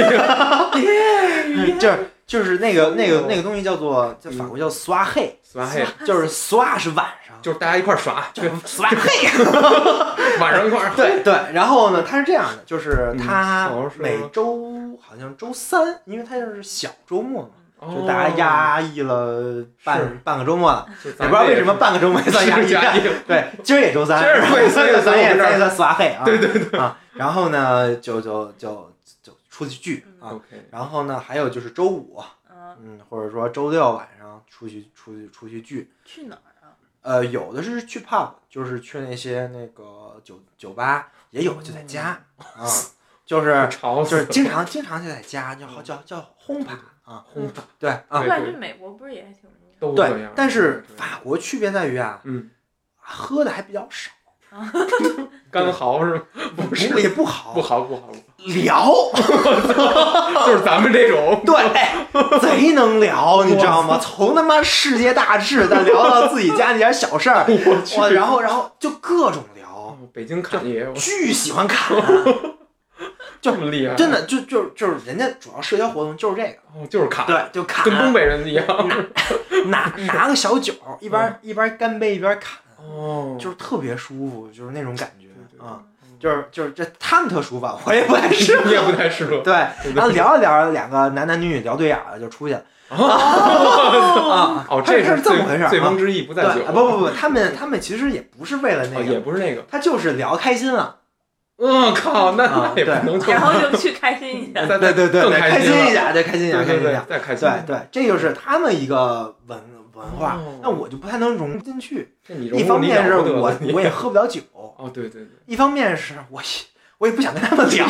就是那个东西叫做，在法国叫 soirée， 就是 soir 是晚上， 就是大家一块耍， 就是 soirée， 晚上一块。 对，然后呢，它是这样的，就是它每周好像周3，因为它就是小周末嘛，就大家压抑了半个周末了，也不知道为什么半个周末也算压抑。对，今儿也周3，咱也算soirée啊。 对啊，然后呢，就出去聚啊，然后呢，还有就是周5，或者说周6晚上出去聚。 去哪儿啊？ 有的是去 pub， 就是去那些那个酒吧，也有就在家啊，就是经常就在家，叫轰趴啊， 轰趴。 对啊， 我感觉美国不是也挺都对，但是法国区别在于啊，喝的还比较少。 干豪是吗？ 不是，也不好，聊， 就是咱们这种， 对，贼能聊，你知道吗？从他妈世界大事，再聊到自己家那点小事儿，我然后就各种聊。 北京侃爷， 巨喜欢侃， 这么厉害， 真的就是人家主要社交活动就是这个， 就是砍， 对，就砍， 跟东北人一样， 拿个小酒，一边干杯一边砍，就是特别舒服，就是那种感觉啊。就是这他们特舒服，我也不太适合， 你也不太适合。 对，然后聊着聊着，两个男女聊对眼了，就出去了。 这是这么回事， 醉翁之意不在酒。 不，他们其实也不是为了那个， 也不是那个， 他就是聊开心了。 靠，那也不能。 然后就去开心一下， 对， 更开心一下， 开心一下，再开心。 对，这就是他们一个文化，那我就不太能融进去。 一方面是我也喝不了酒。 对。 一方面是我也不想跟他们聊。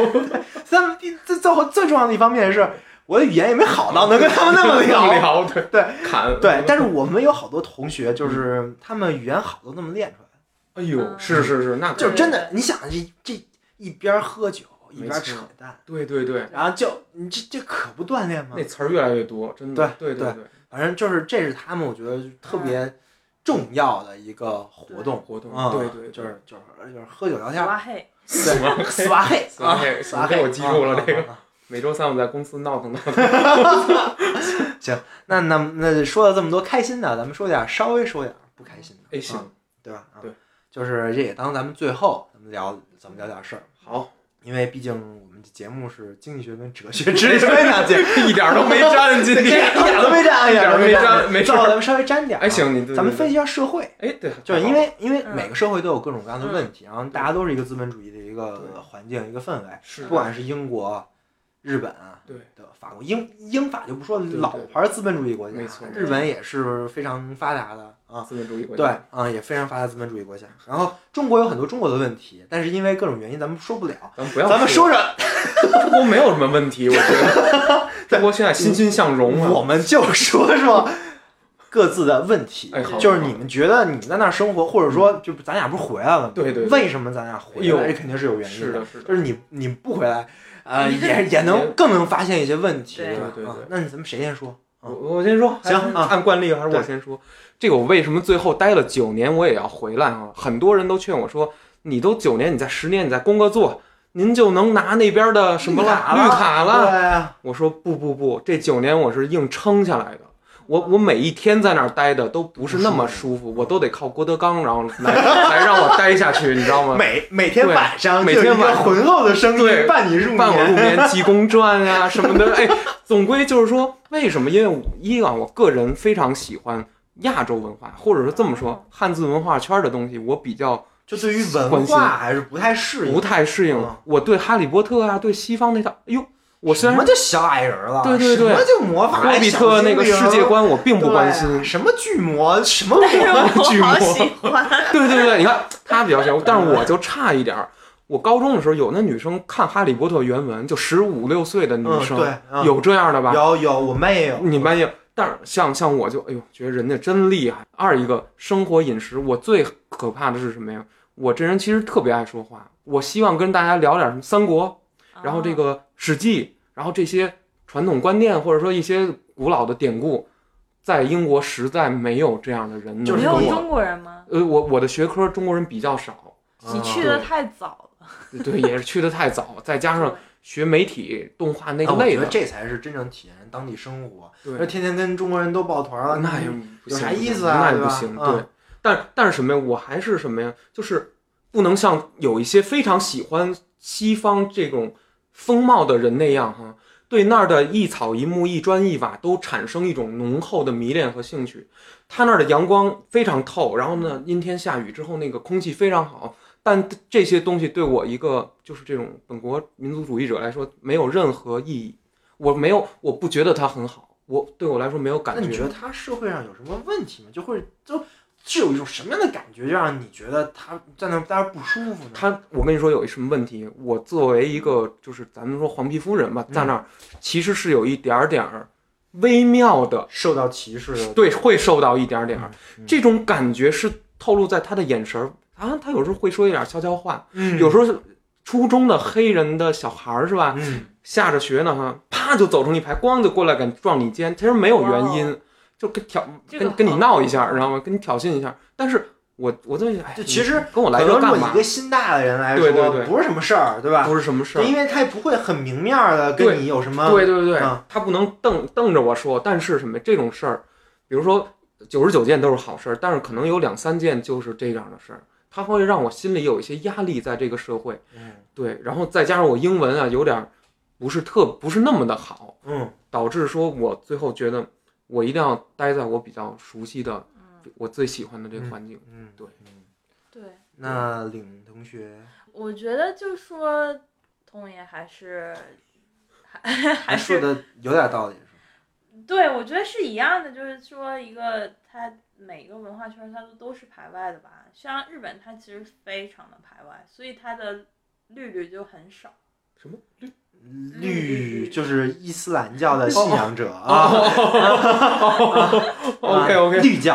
最重要的一方面是我的语言也没好到能跟他们那么聊。对，但是我们有好多同学就是他们语言好都那么练出来。 哎呦，是，那就是真的。你想这一边喝酒一边扯淡， 对， 然后你这可不锻炼吗？ 那词儿越来越多，真的。对， 反正这是他们我觉得特别重要的一个活动，对，就是喝酒聊天。斯瓦嘿， 我记住了这个。每周三我在公司闹腾。 行，那说了这么多开心的，咱们稍微说点不开心的。 行， 对吧？ 对， 就是这也当咱们最后咱们聊点事儿。 好。 因为毕竟我们节目是经济学跟哲学知识分享节目， 一点都没沾，今天一点都没沾， 没事，咱们稍微沾点。 行， 咱们分析一下社会。 对， 就是因为每个社会都有各种各样的问题，然后大家都是一个资本主义的一个环境，一个氛围。不管是英国、日本的法国，英法就不说，老牌资本主义国家。 没错， 日本也是非常发达的资本主义国家。 对，也非常发达资本主义国家。然后中国有很多中国的问题，但是因为各种原因咱们说不了。咱们说着， 中国没有什么问题，我觉得中国现在欣欣向荣。 我们就说各自的问题。就是你们觉得你们在那儿生活，或者说就咱俩不是回来了吗？ 对， 为什么咱俩回来？这肯定是有原因的。 就是你不回来，也更能发现一些问题。 对。 那咱们谁先说？ 我先说。 行， 按惯例还是我先说。这个我为什么最后待了9年，我也要回来啊？很多人都劝我说，你都9年，你再10年，你再工个作，您就能拿那边的什么绿卡了。 对。 我说不，这9年我是硬撑下来的。我每一天在那儿待的都不是那么舒服，我都得靠郭德纲，然后来让我待下去，你知道吗？ 每天晚上，每天晚浑厚的声音伴我入眠，《济公传》啊什么的。总归就是说，为什么？因为我个人非常喜欢亚洲文化，或者是这么说，汉字文化圈的东西，我比较就对于文化还是不太适应。 我对哈利波特啊，对西方那套，我虽然什么叫小矮人了？ 对， 什么叫魔法？ 霍比特那个世界观我并不关心。 什么巨魔？什么巨魔？喜欢。 对，你看他比较喜欢，但是我就差一点。我高中的时候有那女生看《哈利波特》原文，就15、16岁的女生，有这样的吧？ 有，我们也有， 你们也有。但是像我就觉得人家真厉害。一个生活饮食，我最可怕的是什么呀？我这人其实特别爱说话，我希望跟大家聊点什么三国。然后这个《史记》，然后这些传统观念或者说一些古老的典故，在英国实在没有这样的人。 没有中国人吗？ 我的学科中国人比较少。 你去的太早了。 对，也是去的太早，再加上学媒体动画那个类的， 我觉得这才是真正体验当地生活。 对， 天天跟中国人都抱团了， 那也有啥意思啊？ 那也不行。对，但是什么呀？我还是什么呀？就是不能像有一些非常喜欢西方这种风貌的人那样哈，对那儿的一草一木一砖一瓦都产生一种浓厚的迷恋和兴趣。他那儿的阳光非常透，然后呢阴天下雨之后那个空气非常好，但这些东西对我一个就是这种本国民族主义者来说没有任何意义。我不觉得它很好，对我来说没有感觉。 那你觉得他社会上有什么问题吗？就是有一种什么样的感觉，就让你觉得他在那待着不舒服呢？ 我跟你说有一什么问题？我作为一个就是咱们说黄皮肤人吧，在那儿其实是有一点点微妙的受到歧视的， 对，会受到一点点这种感觉是透露在他的眼神啊，他有时候会说一点悄悄话，有时候初中的黑人的小孩是吧？下着学呢哈，啪就走成一排，咣就过来敢撞你肩，其实没有原因。就跟你闹一下，知道吗？跟你挑衅一下。但是我在想， 就其实跟我来这干嘛？ 一个心大的人来说， 对不是什么事儿，对吧？ 不是什么事儿， 因为他也不会很明面的跟你有什么。 对，他不能瞪着我说，但是什么这种事儿，比如说99件都是好事儿，但是可能有2-3件就是这样的事儿，它会让我心里有一些压力，在这个社会，对，然后再加上我英文啊有点不是那么的好，导致说我最后觉得我一定要待在我比较熟悉的，我最喜欢的这个环境， 对。 那领同学， 我觉得就说童爷还是说的有点道理，是吧？ 对，我觉得是一样的，就是说一个它每个文化圈它都是排外的吧，像日本它其实非常的排外，所以它的律就很少。 什么律就是伊斯兰教的信仰者 OK 律教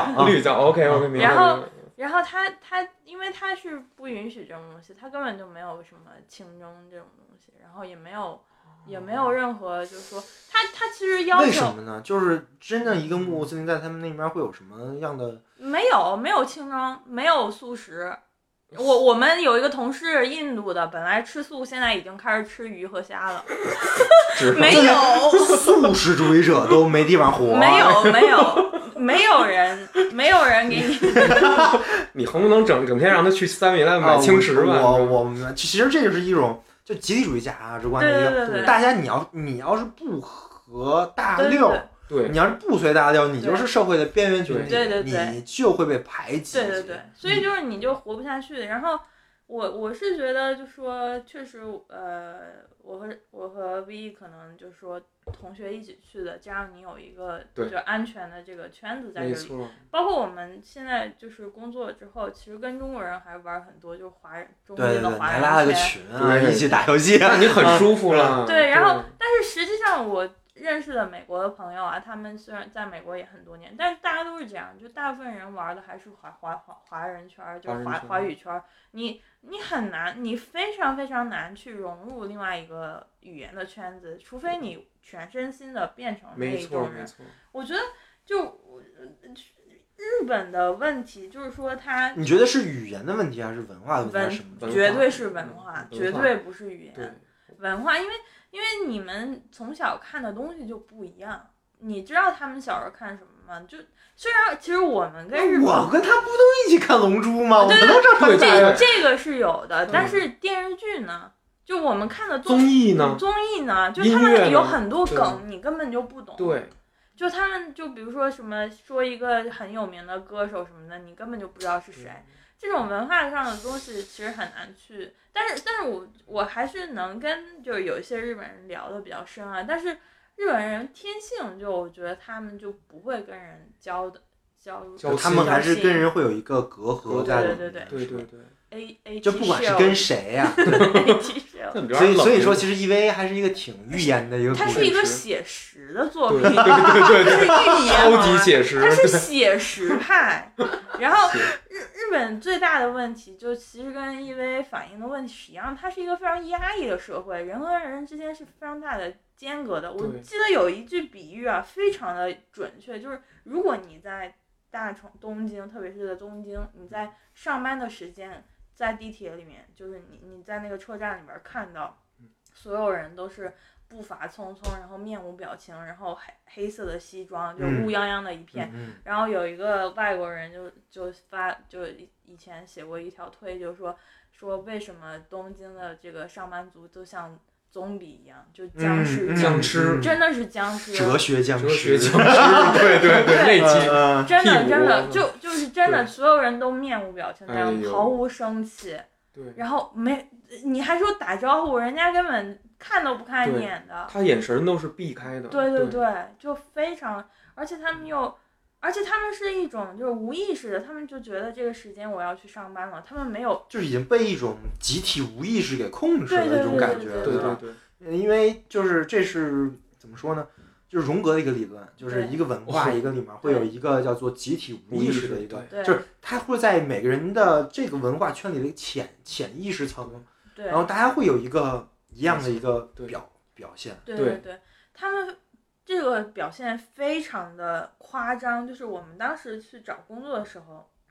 OK 明白。 然后他因为他是不允许这种东西，他根本就没有什么清真这种东西，然后也没有任何就是说他其实要求。 为什么呢？就是真正一个穆斯林在他们那边会有什么样的？没有清真，没有素食。我们有一个同事，印度的，本来吃素，现在已经开始吃鱼和虾了。没有素食主义者都没地方活。 没有人给你。 你能不能整天让他去3-11买轻食吧？ 我其实这就是一种就集体主义价值观的一个。 对， 大家你要是不合大溜。 对， 你要是不随大流，你就是社会的边缘群体， 对， 你就会被排挤。 对，所以就是你就活不下去。然后我是觉得，就说确实，我和 V 可能就是说同学一起去的，这样你有一个就安全的这个圈子在这里。包括我们现在就是工作之后，其实跟中国人还玩很多，就是中间的华人圈， 还拉了个群啊，一起打游戏， 那你很舒服了。 对，然后但是实际上我认识的美国的朋友啊，他们虽然在美国也很多年，但是大家都是这样，就大部分人玩的还是华人圈，就是华语圈。你很难，你非常非常难去融入另外一个语言的圈子，除非你全身心的变成那一种人。我觉得就日本的问题就是说你觉得是语言的问题还是文化的问题？ 绝对是文化，绝对不是语言。文化，因为你们从小看的东西就不一样，你知道他们小时候看什么吗？就虽然其实我们跟日本， 我跟他不都一起看《龙珠》吗？ 对， 我们都知道他们这个是有的，但是电视剧呢，就我们看的综艺呢， 就他们有很多梗，你根本就不懂。 对， 就他们就比如说什么说一个很有名的歌手什么的，你根本就不知道是谁。这种文化上的东西其实很难去，但是我还是能跟就是有一些日本人聊的比较深啊，但是日本人天性就我觉得他们就不会跟人交他们还是跟人会有一个隔阂在里面。 对， 就不管是跟谁呀，所以说其实 EVA 还是一个挺寓言的一个故事， 它是一个写实的作品， 对， 它是寓言， 超级写实， 它是写实派。然后日本最大的问题就其实跟 EVA 反映的问题是一样，它是一个非常压抑的社会，人和人之间是非常大的间隔的。我记得有一句比喻啊，非常的准确，就是如果你在东京，特别是在东京，你在上班的时间，在地铁里面，就是你在那个车站里面看到，所有人都是步伐匆匆，然后面无表情，然后黑色的西装，就乌泱泱的一片。然后有一个外国人就以前写过一条推，就说为什么东京的这个上班族都像总比一样，就僵尸，真的是僵尸， 哲学僵尸， 对，那期真的就是真的，所有人都面无表情，那样毫无生气， 对， 然后你还说打招呼，人家根本看都不看你眼的， 他眼神都是避开的， 对，就非常，而且他们是一种就是无意识的，他们就觉得这个时间我要去上班了，他们没有， 就是已经被一种集体无意识给控制了这种感觉， 对， 因为就是这是怎么说呢？就是荣格的一个理论，就是一个文化一个里面会有一个叫做集体无意识的一个，就是它会在每个人的这个文化圈里的潜意识层，然后大家会有一个一样的一个表现， 对，他们。这个表现非常的夸张，就是我们当时去找工作的时候，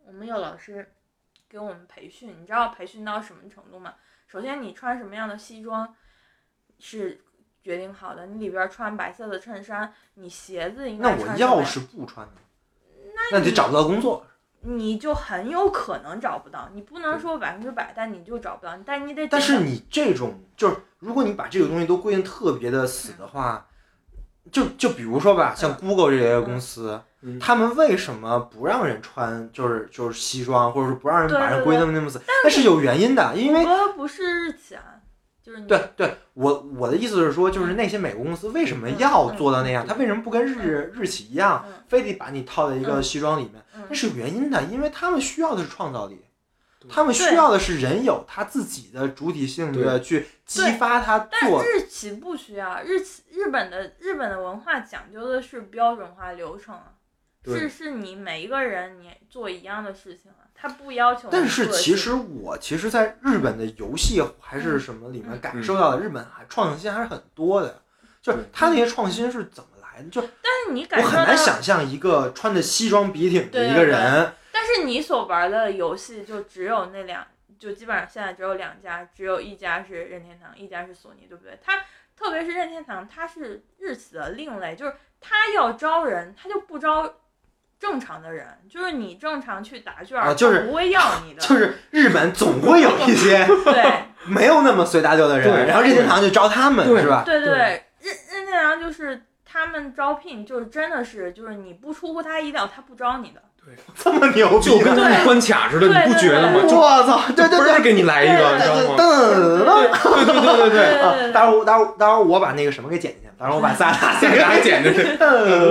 我们有老师给我们培训，你知道培训到什么程度吗？首先你穿什么样的西装是决定好的，你里边穿白色的衬衫，你鞋子应该穿什么？ 那我要是不穿呢？那你找不到工作， 你就很有可能找不到。你不能说100%，但你就找不到。但你得。 但是你这种就是，如果你把这个东西都规定特别的死的话，就比如说吧，像 Google 这些公司，他们为什么不让人穿就是西装，或者说不让人把人规定那么死？那是有原因的，因为不是日企啊。就是对，我的意思是说，就是那些美国公司为什么要做到那样？他为什么不跟日企一样，非得把你套在一个西装里面？那是有原因的，因为他们需要的是创造力，他们需要的是人有他自己的主体性的去激发他做。 但日企不需要，日本的文化讲究的是标准化流程啊，是你每一个人你做一样的事情啊。他不要求， 但是其实在日本的游戏还是什么里面感受到的，日本还创新还是很多的，就是他那些创新是怎么来的？就但是你感受到， 我很难想象一个穿着西装笔挺的一个人。 但是你所玩的游戏就只有那两，就基本上现在只有2家，只有一家是任天堂，一家是索尼，对不对？它特别是任天堂，它是日企的另类，就是它要招人，它就不招正常的人，就是你正常去打卷， 就是不会要你的。 就是日本总会有一些对没有那么随大流的人，然后任天堂就招他们，是吧？ 对，任天堂就是他们招聘，就是真的是，就是你不出乎他意料，他不招你的。 对，这么牛逼， 就跟关卡似的，你不觉得吗？ 我操，对， 不是给你来一个，你知道吗？ 对。待会儿我把那个什么给剪进去，待会儿我把萨达剪进去。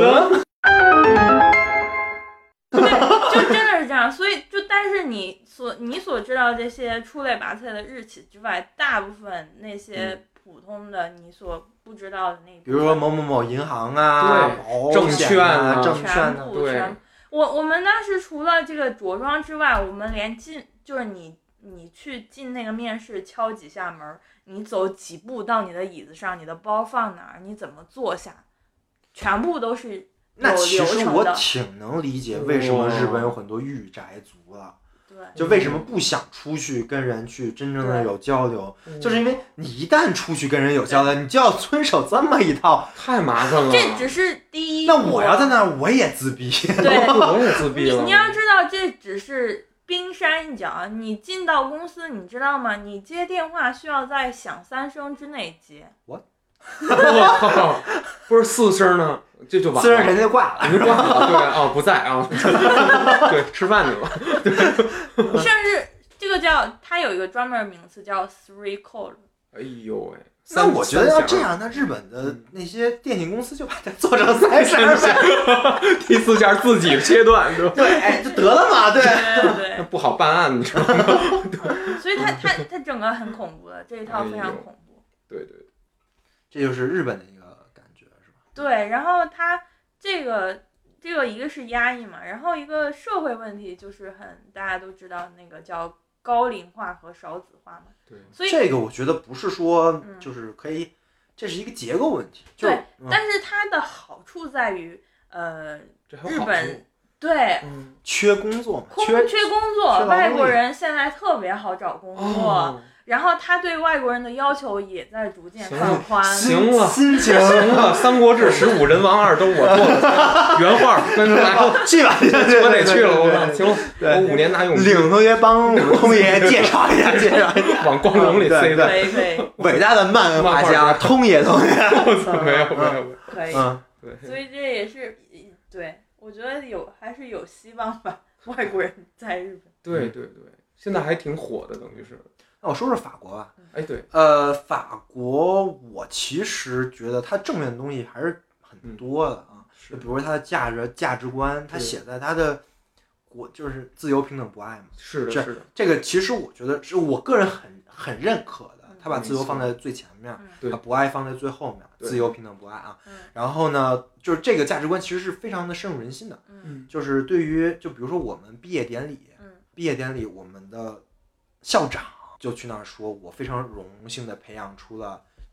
对，就真的是这样，所以但是你所知道这些出类拔萃的日企之外，大部分那些普通的你所不知道的那， 比如说某某某银行啊， 证券啊， 全部。我们当时除了这个着装之外，我们连就是你去进那个面试，敲几下门，你走几步到你的椅子上，你的包放哪儿，你怎么坐下，全部都是。 那其实我挺能理解为什么日本有很多御宅族了， 对， 就为什么不想出去跟人去真正的有交流，就是因为你一旦出去跟人有交流，你就要遵守这么一套， 太麻烦了。 这只是第一步。 那我要在那儿，我也自闭。 对， 我也自闭了。 你要知道，这只是冰山一角。你进到公司，你知道吗？你接电话需要在响3声之内接。 我靠，不是4声呢？这就完了， 4声人家挂了， 对啊，不在啊，对，吃饭去了。 甚至这个它有一个专门名词叫 3 call。 哎呦喂！ 那我觉得要这样，那日本的那些电信公司就把它做成3声， 第4下自己切断，对吧？ 对，哎，就得了嘛，对。 那不好办案，你知道吗？ 所以它整个很恐怖的，这一套非常恐怖。 对， 这就是日本的一个感觉，是吧？ 对，然后它这个一个是压抑嘛，然后一个社会问题就是大家都知道那个叫高龄化和少子化嘛。 对， 所以这个我觉得不是说就是可以，这是一个结构问题。 对，但是它的好处在于日本对缺工作嘛，缺工作，外国人现在特别好找工作。然后他对外国人的要求也在逐渐放宽。 行了，《三国志》15人王2都我做的原话，跟着来去吧， 我得去了。我行了，我5年拿永领同学帮武通爷介绍一下， 往光荣里塞。 可以。 伟大的漫文画家通爷同学， 没有。 可以，对，所以这也是对，我觉得还是有希望吧。外国人在日本， 对，现在还挺火的，等于是。 那我说说法国吧。 哎，对， 法国我其实觉得它正面的东西还是很多的啊，就比如它的价值观，它写在它的就是自由平等博爱嘛。 是的。 这个其实我觉得是我个人很认可的，他把自由放在最前面，把博爱放在最后面，自由平等博爱啊。然后呢，就是这个价值观其实是非常的深入人心的。就是对于就比如说我们毕业典礼，我们的校长就去那儿说，我非常荣幸的培养出了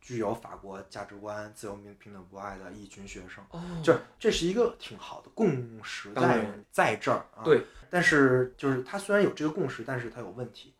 具有法国价值观、自由、平等、博爱的一群学生。就是这是一个挺好的共识在这儿啊。 对， 但是就是他虽然有这个共识，但是他有问题。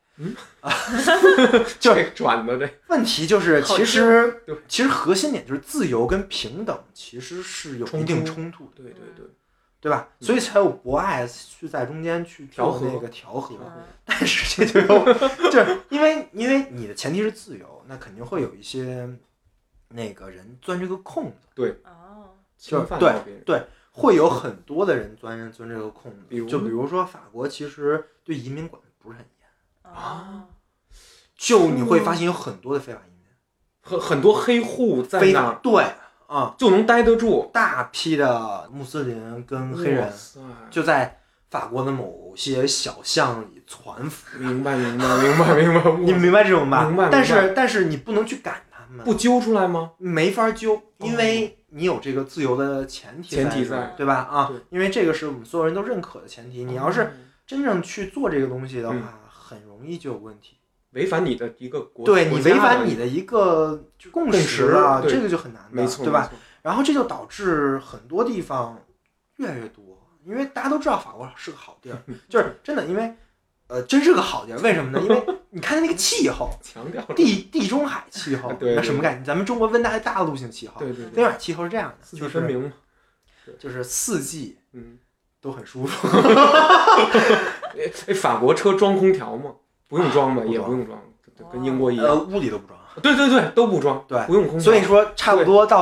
就是转的这问题就是其实核心点就是自由跟平等其实是有一定冲突的。对吧？所以才有博爱去在中间去做那个调和。但是这就是因为你的前提是自由，那肯定会有一些那个人钻这个空子。 对， 就是对，会有很多的人钻这个空子。就比如说法国其实对移民管得不是很严就你会发现有很多的非法移民， 很多黑户在那儿。 对。 就能待得住。 大批的穆斯林跟黑人就在法国的某些小巷里传福。 明白。你明白这种吧？ 明白。 但是你不能去赶他们。 不揪出来吗？ 没法揪，因为你有这个自由的前提在，对吧？因为这个是我们所有人都认可的前提。你要是真正去做这个东西的话，很容易就有问题。 违反你的一个对你违反你的一个共识了，这个就很难的， 没错， 对吧？然后这就导致很多地方越来越多，因为大家都知道法国是个好地儿，就是真的，因为真是个好地儿。为什么呢？因为你看那个气候， 强调地中海气候，那什么概念？咱们中国温带大陆性气候， 对， 地中海气候是这样的， 四季分明， 就是四季都很舒服。 法国车装空调吗？不用装吧，也不用装，跟英国一样。 屋里都不装。 对，都不装。对，不用空调。 所以说，差不多到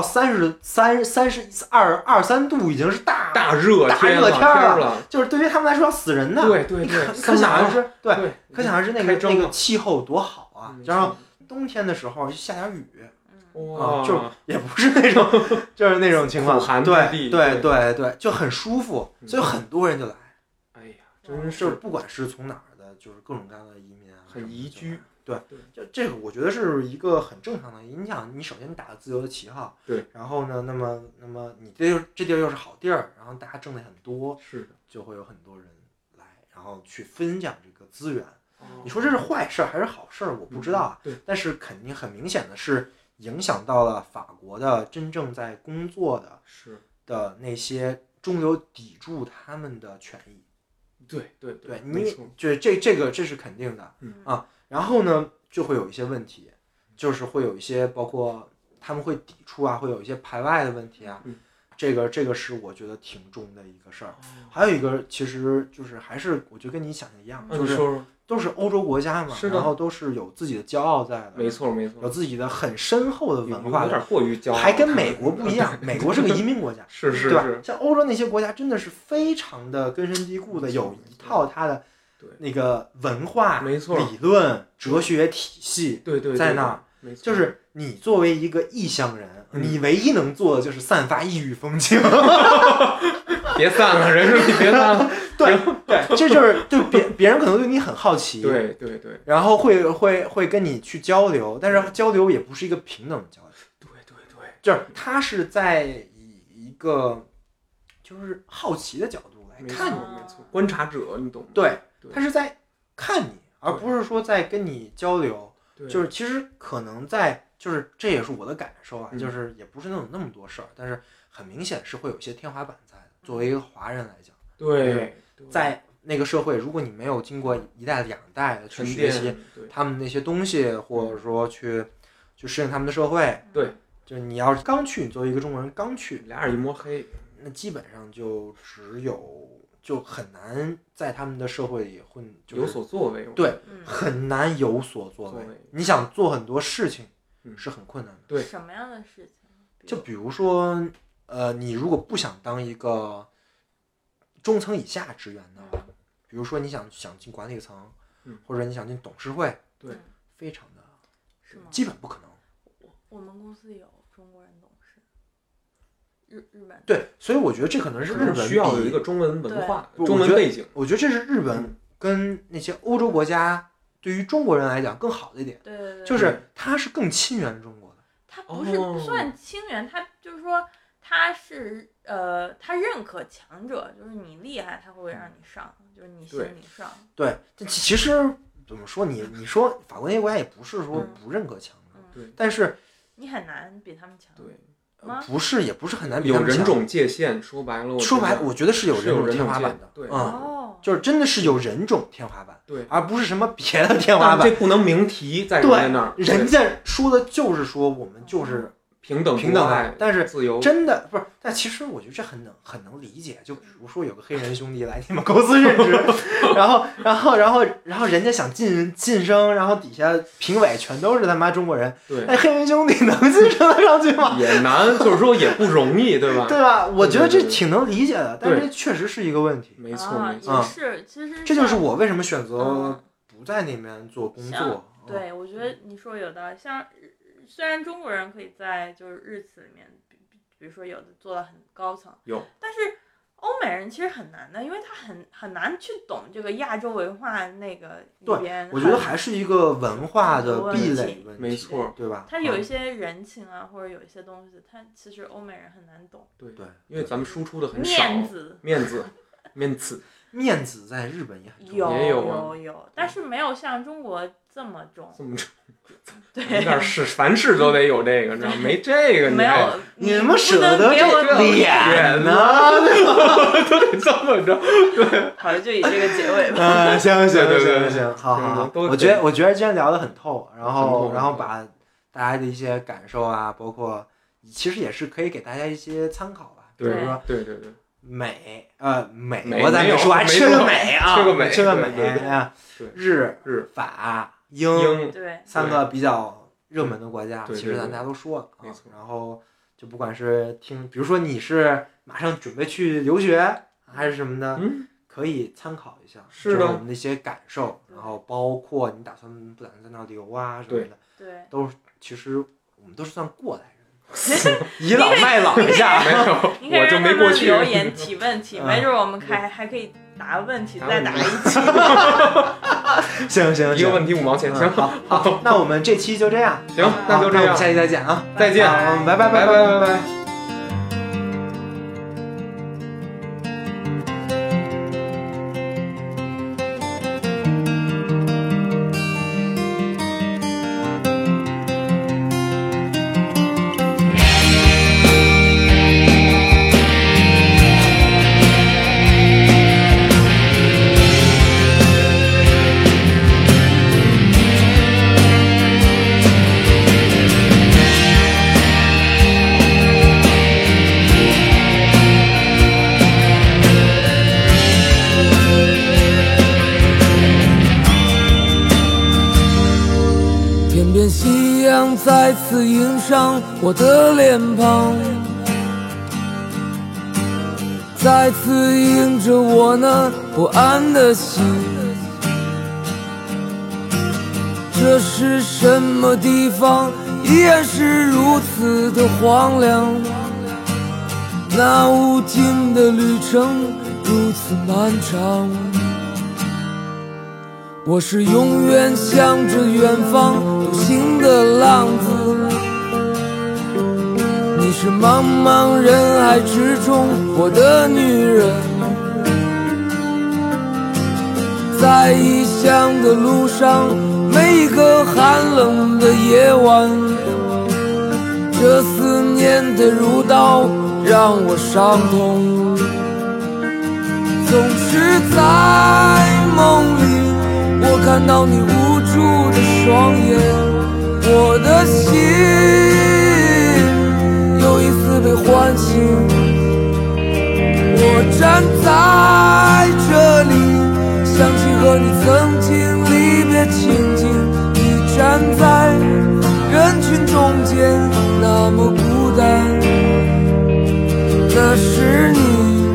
32-33度已经是大热天了， 就是对于他们来说要死人的。 对， 可想而知，可想而知那个气候多好啊！然后冬天的时候下点雨，就也不是那种，就是那种情况。 苦寒之地。 对，就很舒服，所以很多人就来。 哎呀，真是不管是从哪儿。就是各种各样的移民很宜居。 对，就这个我觉得是一个很正常的。你想，你首先你打了自由的旗号， 对， 然后呢，那么你这地儿又是好地儿，然后大家挣的很多， 是的， 就会有很多人来，然后去分享这个资源。你说这是坏事还是好事我不知道啊。 对， 但是肯定很明显的是影响到了法国的真正在工作的那些中流砥柱他们的权益。 对， 你这是肯定的然后呢，就会有一些问题，就是会有一些包括他们会抵触啊，会有一些排外的问题啊。这个是我觉得挺重的一个事儿。还有一个其实就是还是我觉得跟你想的一样，就是都是欧洲国家嘛，然后都是有自己的骄傲在的。 没错， 有自己的很深厚的文化， 有点过于骄傲， 还跟美国不一样。美国是个移民国家， 是， 对吧？像欧洲那些国家真的是非常的根深蒂固的，有一套它的那个文化、 没错， 理论、哲学体系， 对， 在那儿。就是你作为一个异乡人，你唯一能做的就是散发异域风情。 别散了，人说你别散了。 对，这就是别人可能对你很好奇， 对， 然后会跟你去交流，但是交流也不是一个平等的交流。 对， 就是他是在以一个就是好奇的角度来看你， 没错，观察者，你懂吗？ 对，他是在看你，而不是说在跟你交流。就是其实可能就是这也是我的感受啊，就是也不是那么多事儿，但是很明显是会有一些天花板在的。作为一个华人来讲， 对， 在那个社会，如果你没有经过一代两代的去学习他们那些东西，或者说去适应他们的社会， 对， 就你要是刚去，你作为一个中国人刚去， 俩眼一摸黑， 那基本上就很难在他们的社会里混， 有所作为。 对，很难有所作为。你想做很多事情是很困难的。 对， 什么样的事情？ 就比如说，你如果不想当一个中层以下职员的话，比如说你想进管理层，或者你想进董事会， 对， 非常的， 是吗？ 基本不可能。 我们公司有中国人董事。日本对，所以我觉得这可能是日本需要有一个中文文化、中文背景。 我觉得这是日本跟那些欧洲国家对于中国人来讲更好的一点。 对， 就是他是更亲缘中国的。 他不算亲缘，他就是说他是他认可强者，就是你厉害，他会让你上，就是你信你上。 对，其实怎么说你说法国那些国家也不是说不认可强者，但是你很难比他们强。 对。 不是，也不是很难比他们强。 有人种界限，说白了， 我觉得是有人种天花板的。 对， 就是真的是有人种天花板， 对， 而不是什么别的天花板。 这不能明题在人家那儿。 人家说的就是说我们就是平等爱，但是自由真的不是。但其实我觉得这很能理解。就比如说有个黑人兄弟来你们公司任职，然后人家想晋升，然后底下评委全都是他妈中国人， 对， 那黑人兄弟能晋升得上去吗？ 也难，就是说也不容易，对吧？ 对吧？我觉得这挺能理解的，但是这确实是一个问题。 没错， 也是，其实这就是我为什么选择不在那边做工作。 对，我觉得你说有道理。像虽然中国人可以在就是日企里面，比如说有的做到很高层，但是欧美人其实很难的，因为他很难去懂这个亚洲文化那个里边。 我觉得还是一个文化的壁垒问题， 没错， 对吧？ 他有一些人情啊，或者有一些东西，他其实欧美人很难懂。 对，因为咱们输出的很少。 面子在日本也很重要， 有，但是没有像中国这么重。对， 有点是凡事都得有这个，知道吗？没这个没有， 你们舍得这脸呢？ 都得这么着。对， 好，就以这个结尾吧。 行，好，我觉得今天聊得很透，然后把大家的一些感受啊，包括其实也是可以给大家一些参考吧。比如说， 对。 美，我咱没说完，吃个美啊，日法英对 3个比较热门的国家，其实大家都说了， 没错。 然后就不管是比如说你是马上准备去留学还是什么的，可以参考一下， 是的， 我们的一些感受，然后包括你不打算在那留啊什么的， 对， 都其实我们都是算过来人。倚老卖老一下， 没有，我就没过去。 留言提问题，没准我们还可以答问题，再答一期。 行， 一个问题5毛钱，行， 好，那我们这期就这样， 行，那就这样， 我们下期再见啊， 再见， 拜拜。 再次映上我的脸庞，再次映着我那不安的心。这是什么地方？依然是如此的荒凉，那无尽的旅程如此漫长。我是永远向着远方独行的浪子，你是茫茫人海之中我的女人。在异乡的路上，每一个寒冷的夜晚，这思念的如刀让我伤痛。总是在梦里我看到你无助的双眼，我的心又一次被唤醒。我站在这里，想起和你曾经离别情景。你站在人群中间，那么孤单。那是你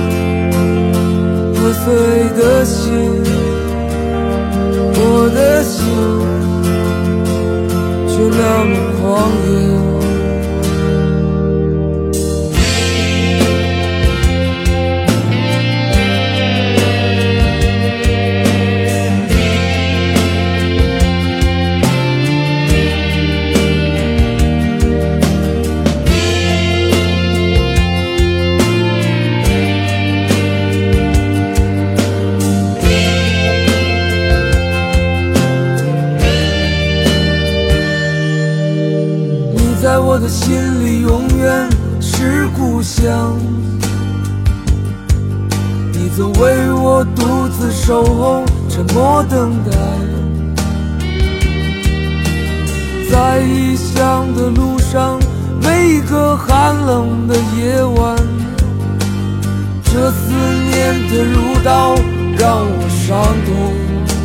破碎的心，我的心却那么狂野。 我的心里永远是故乡。你总为我独自守候，沉默等待。在异乡的路上，每一个寒冷的夜晚，这思念的如刀让我伤痛。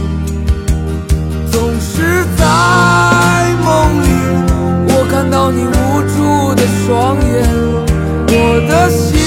总是在梦里，我看到你无助的双眼，我的心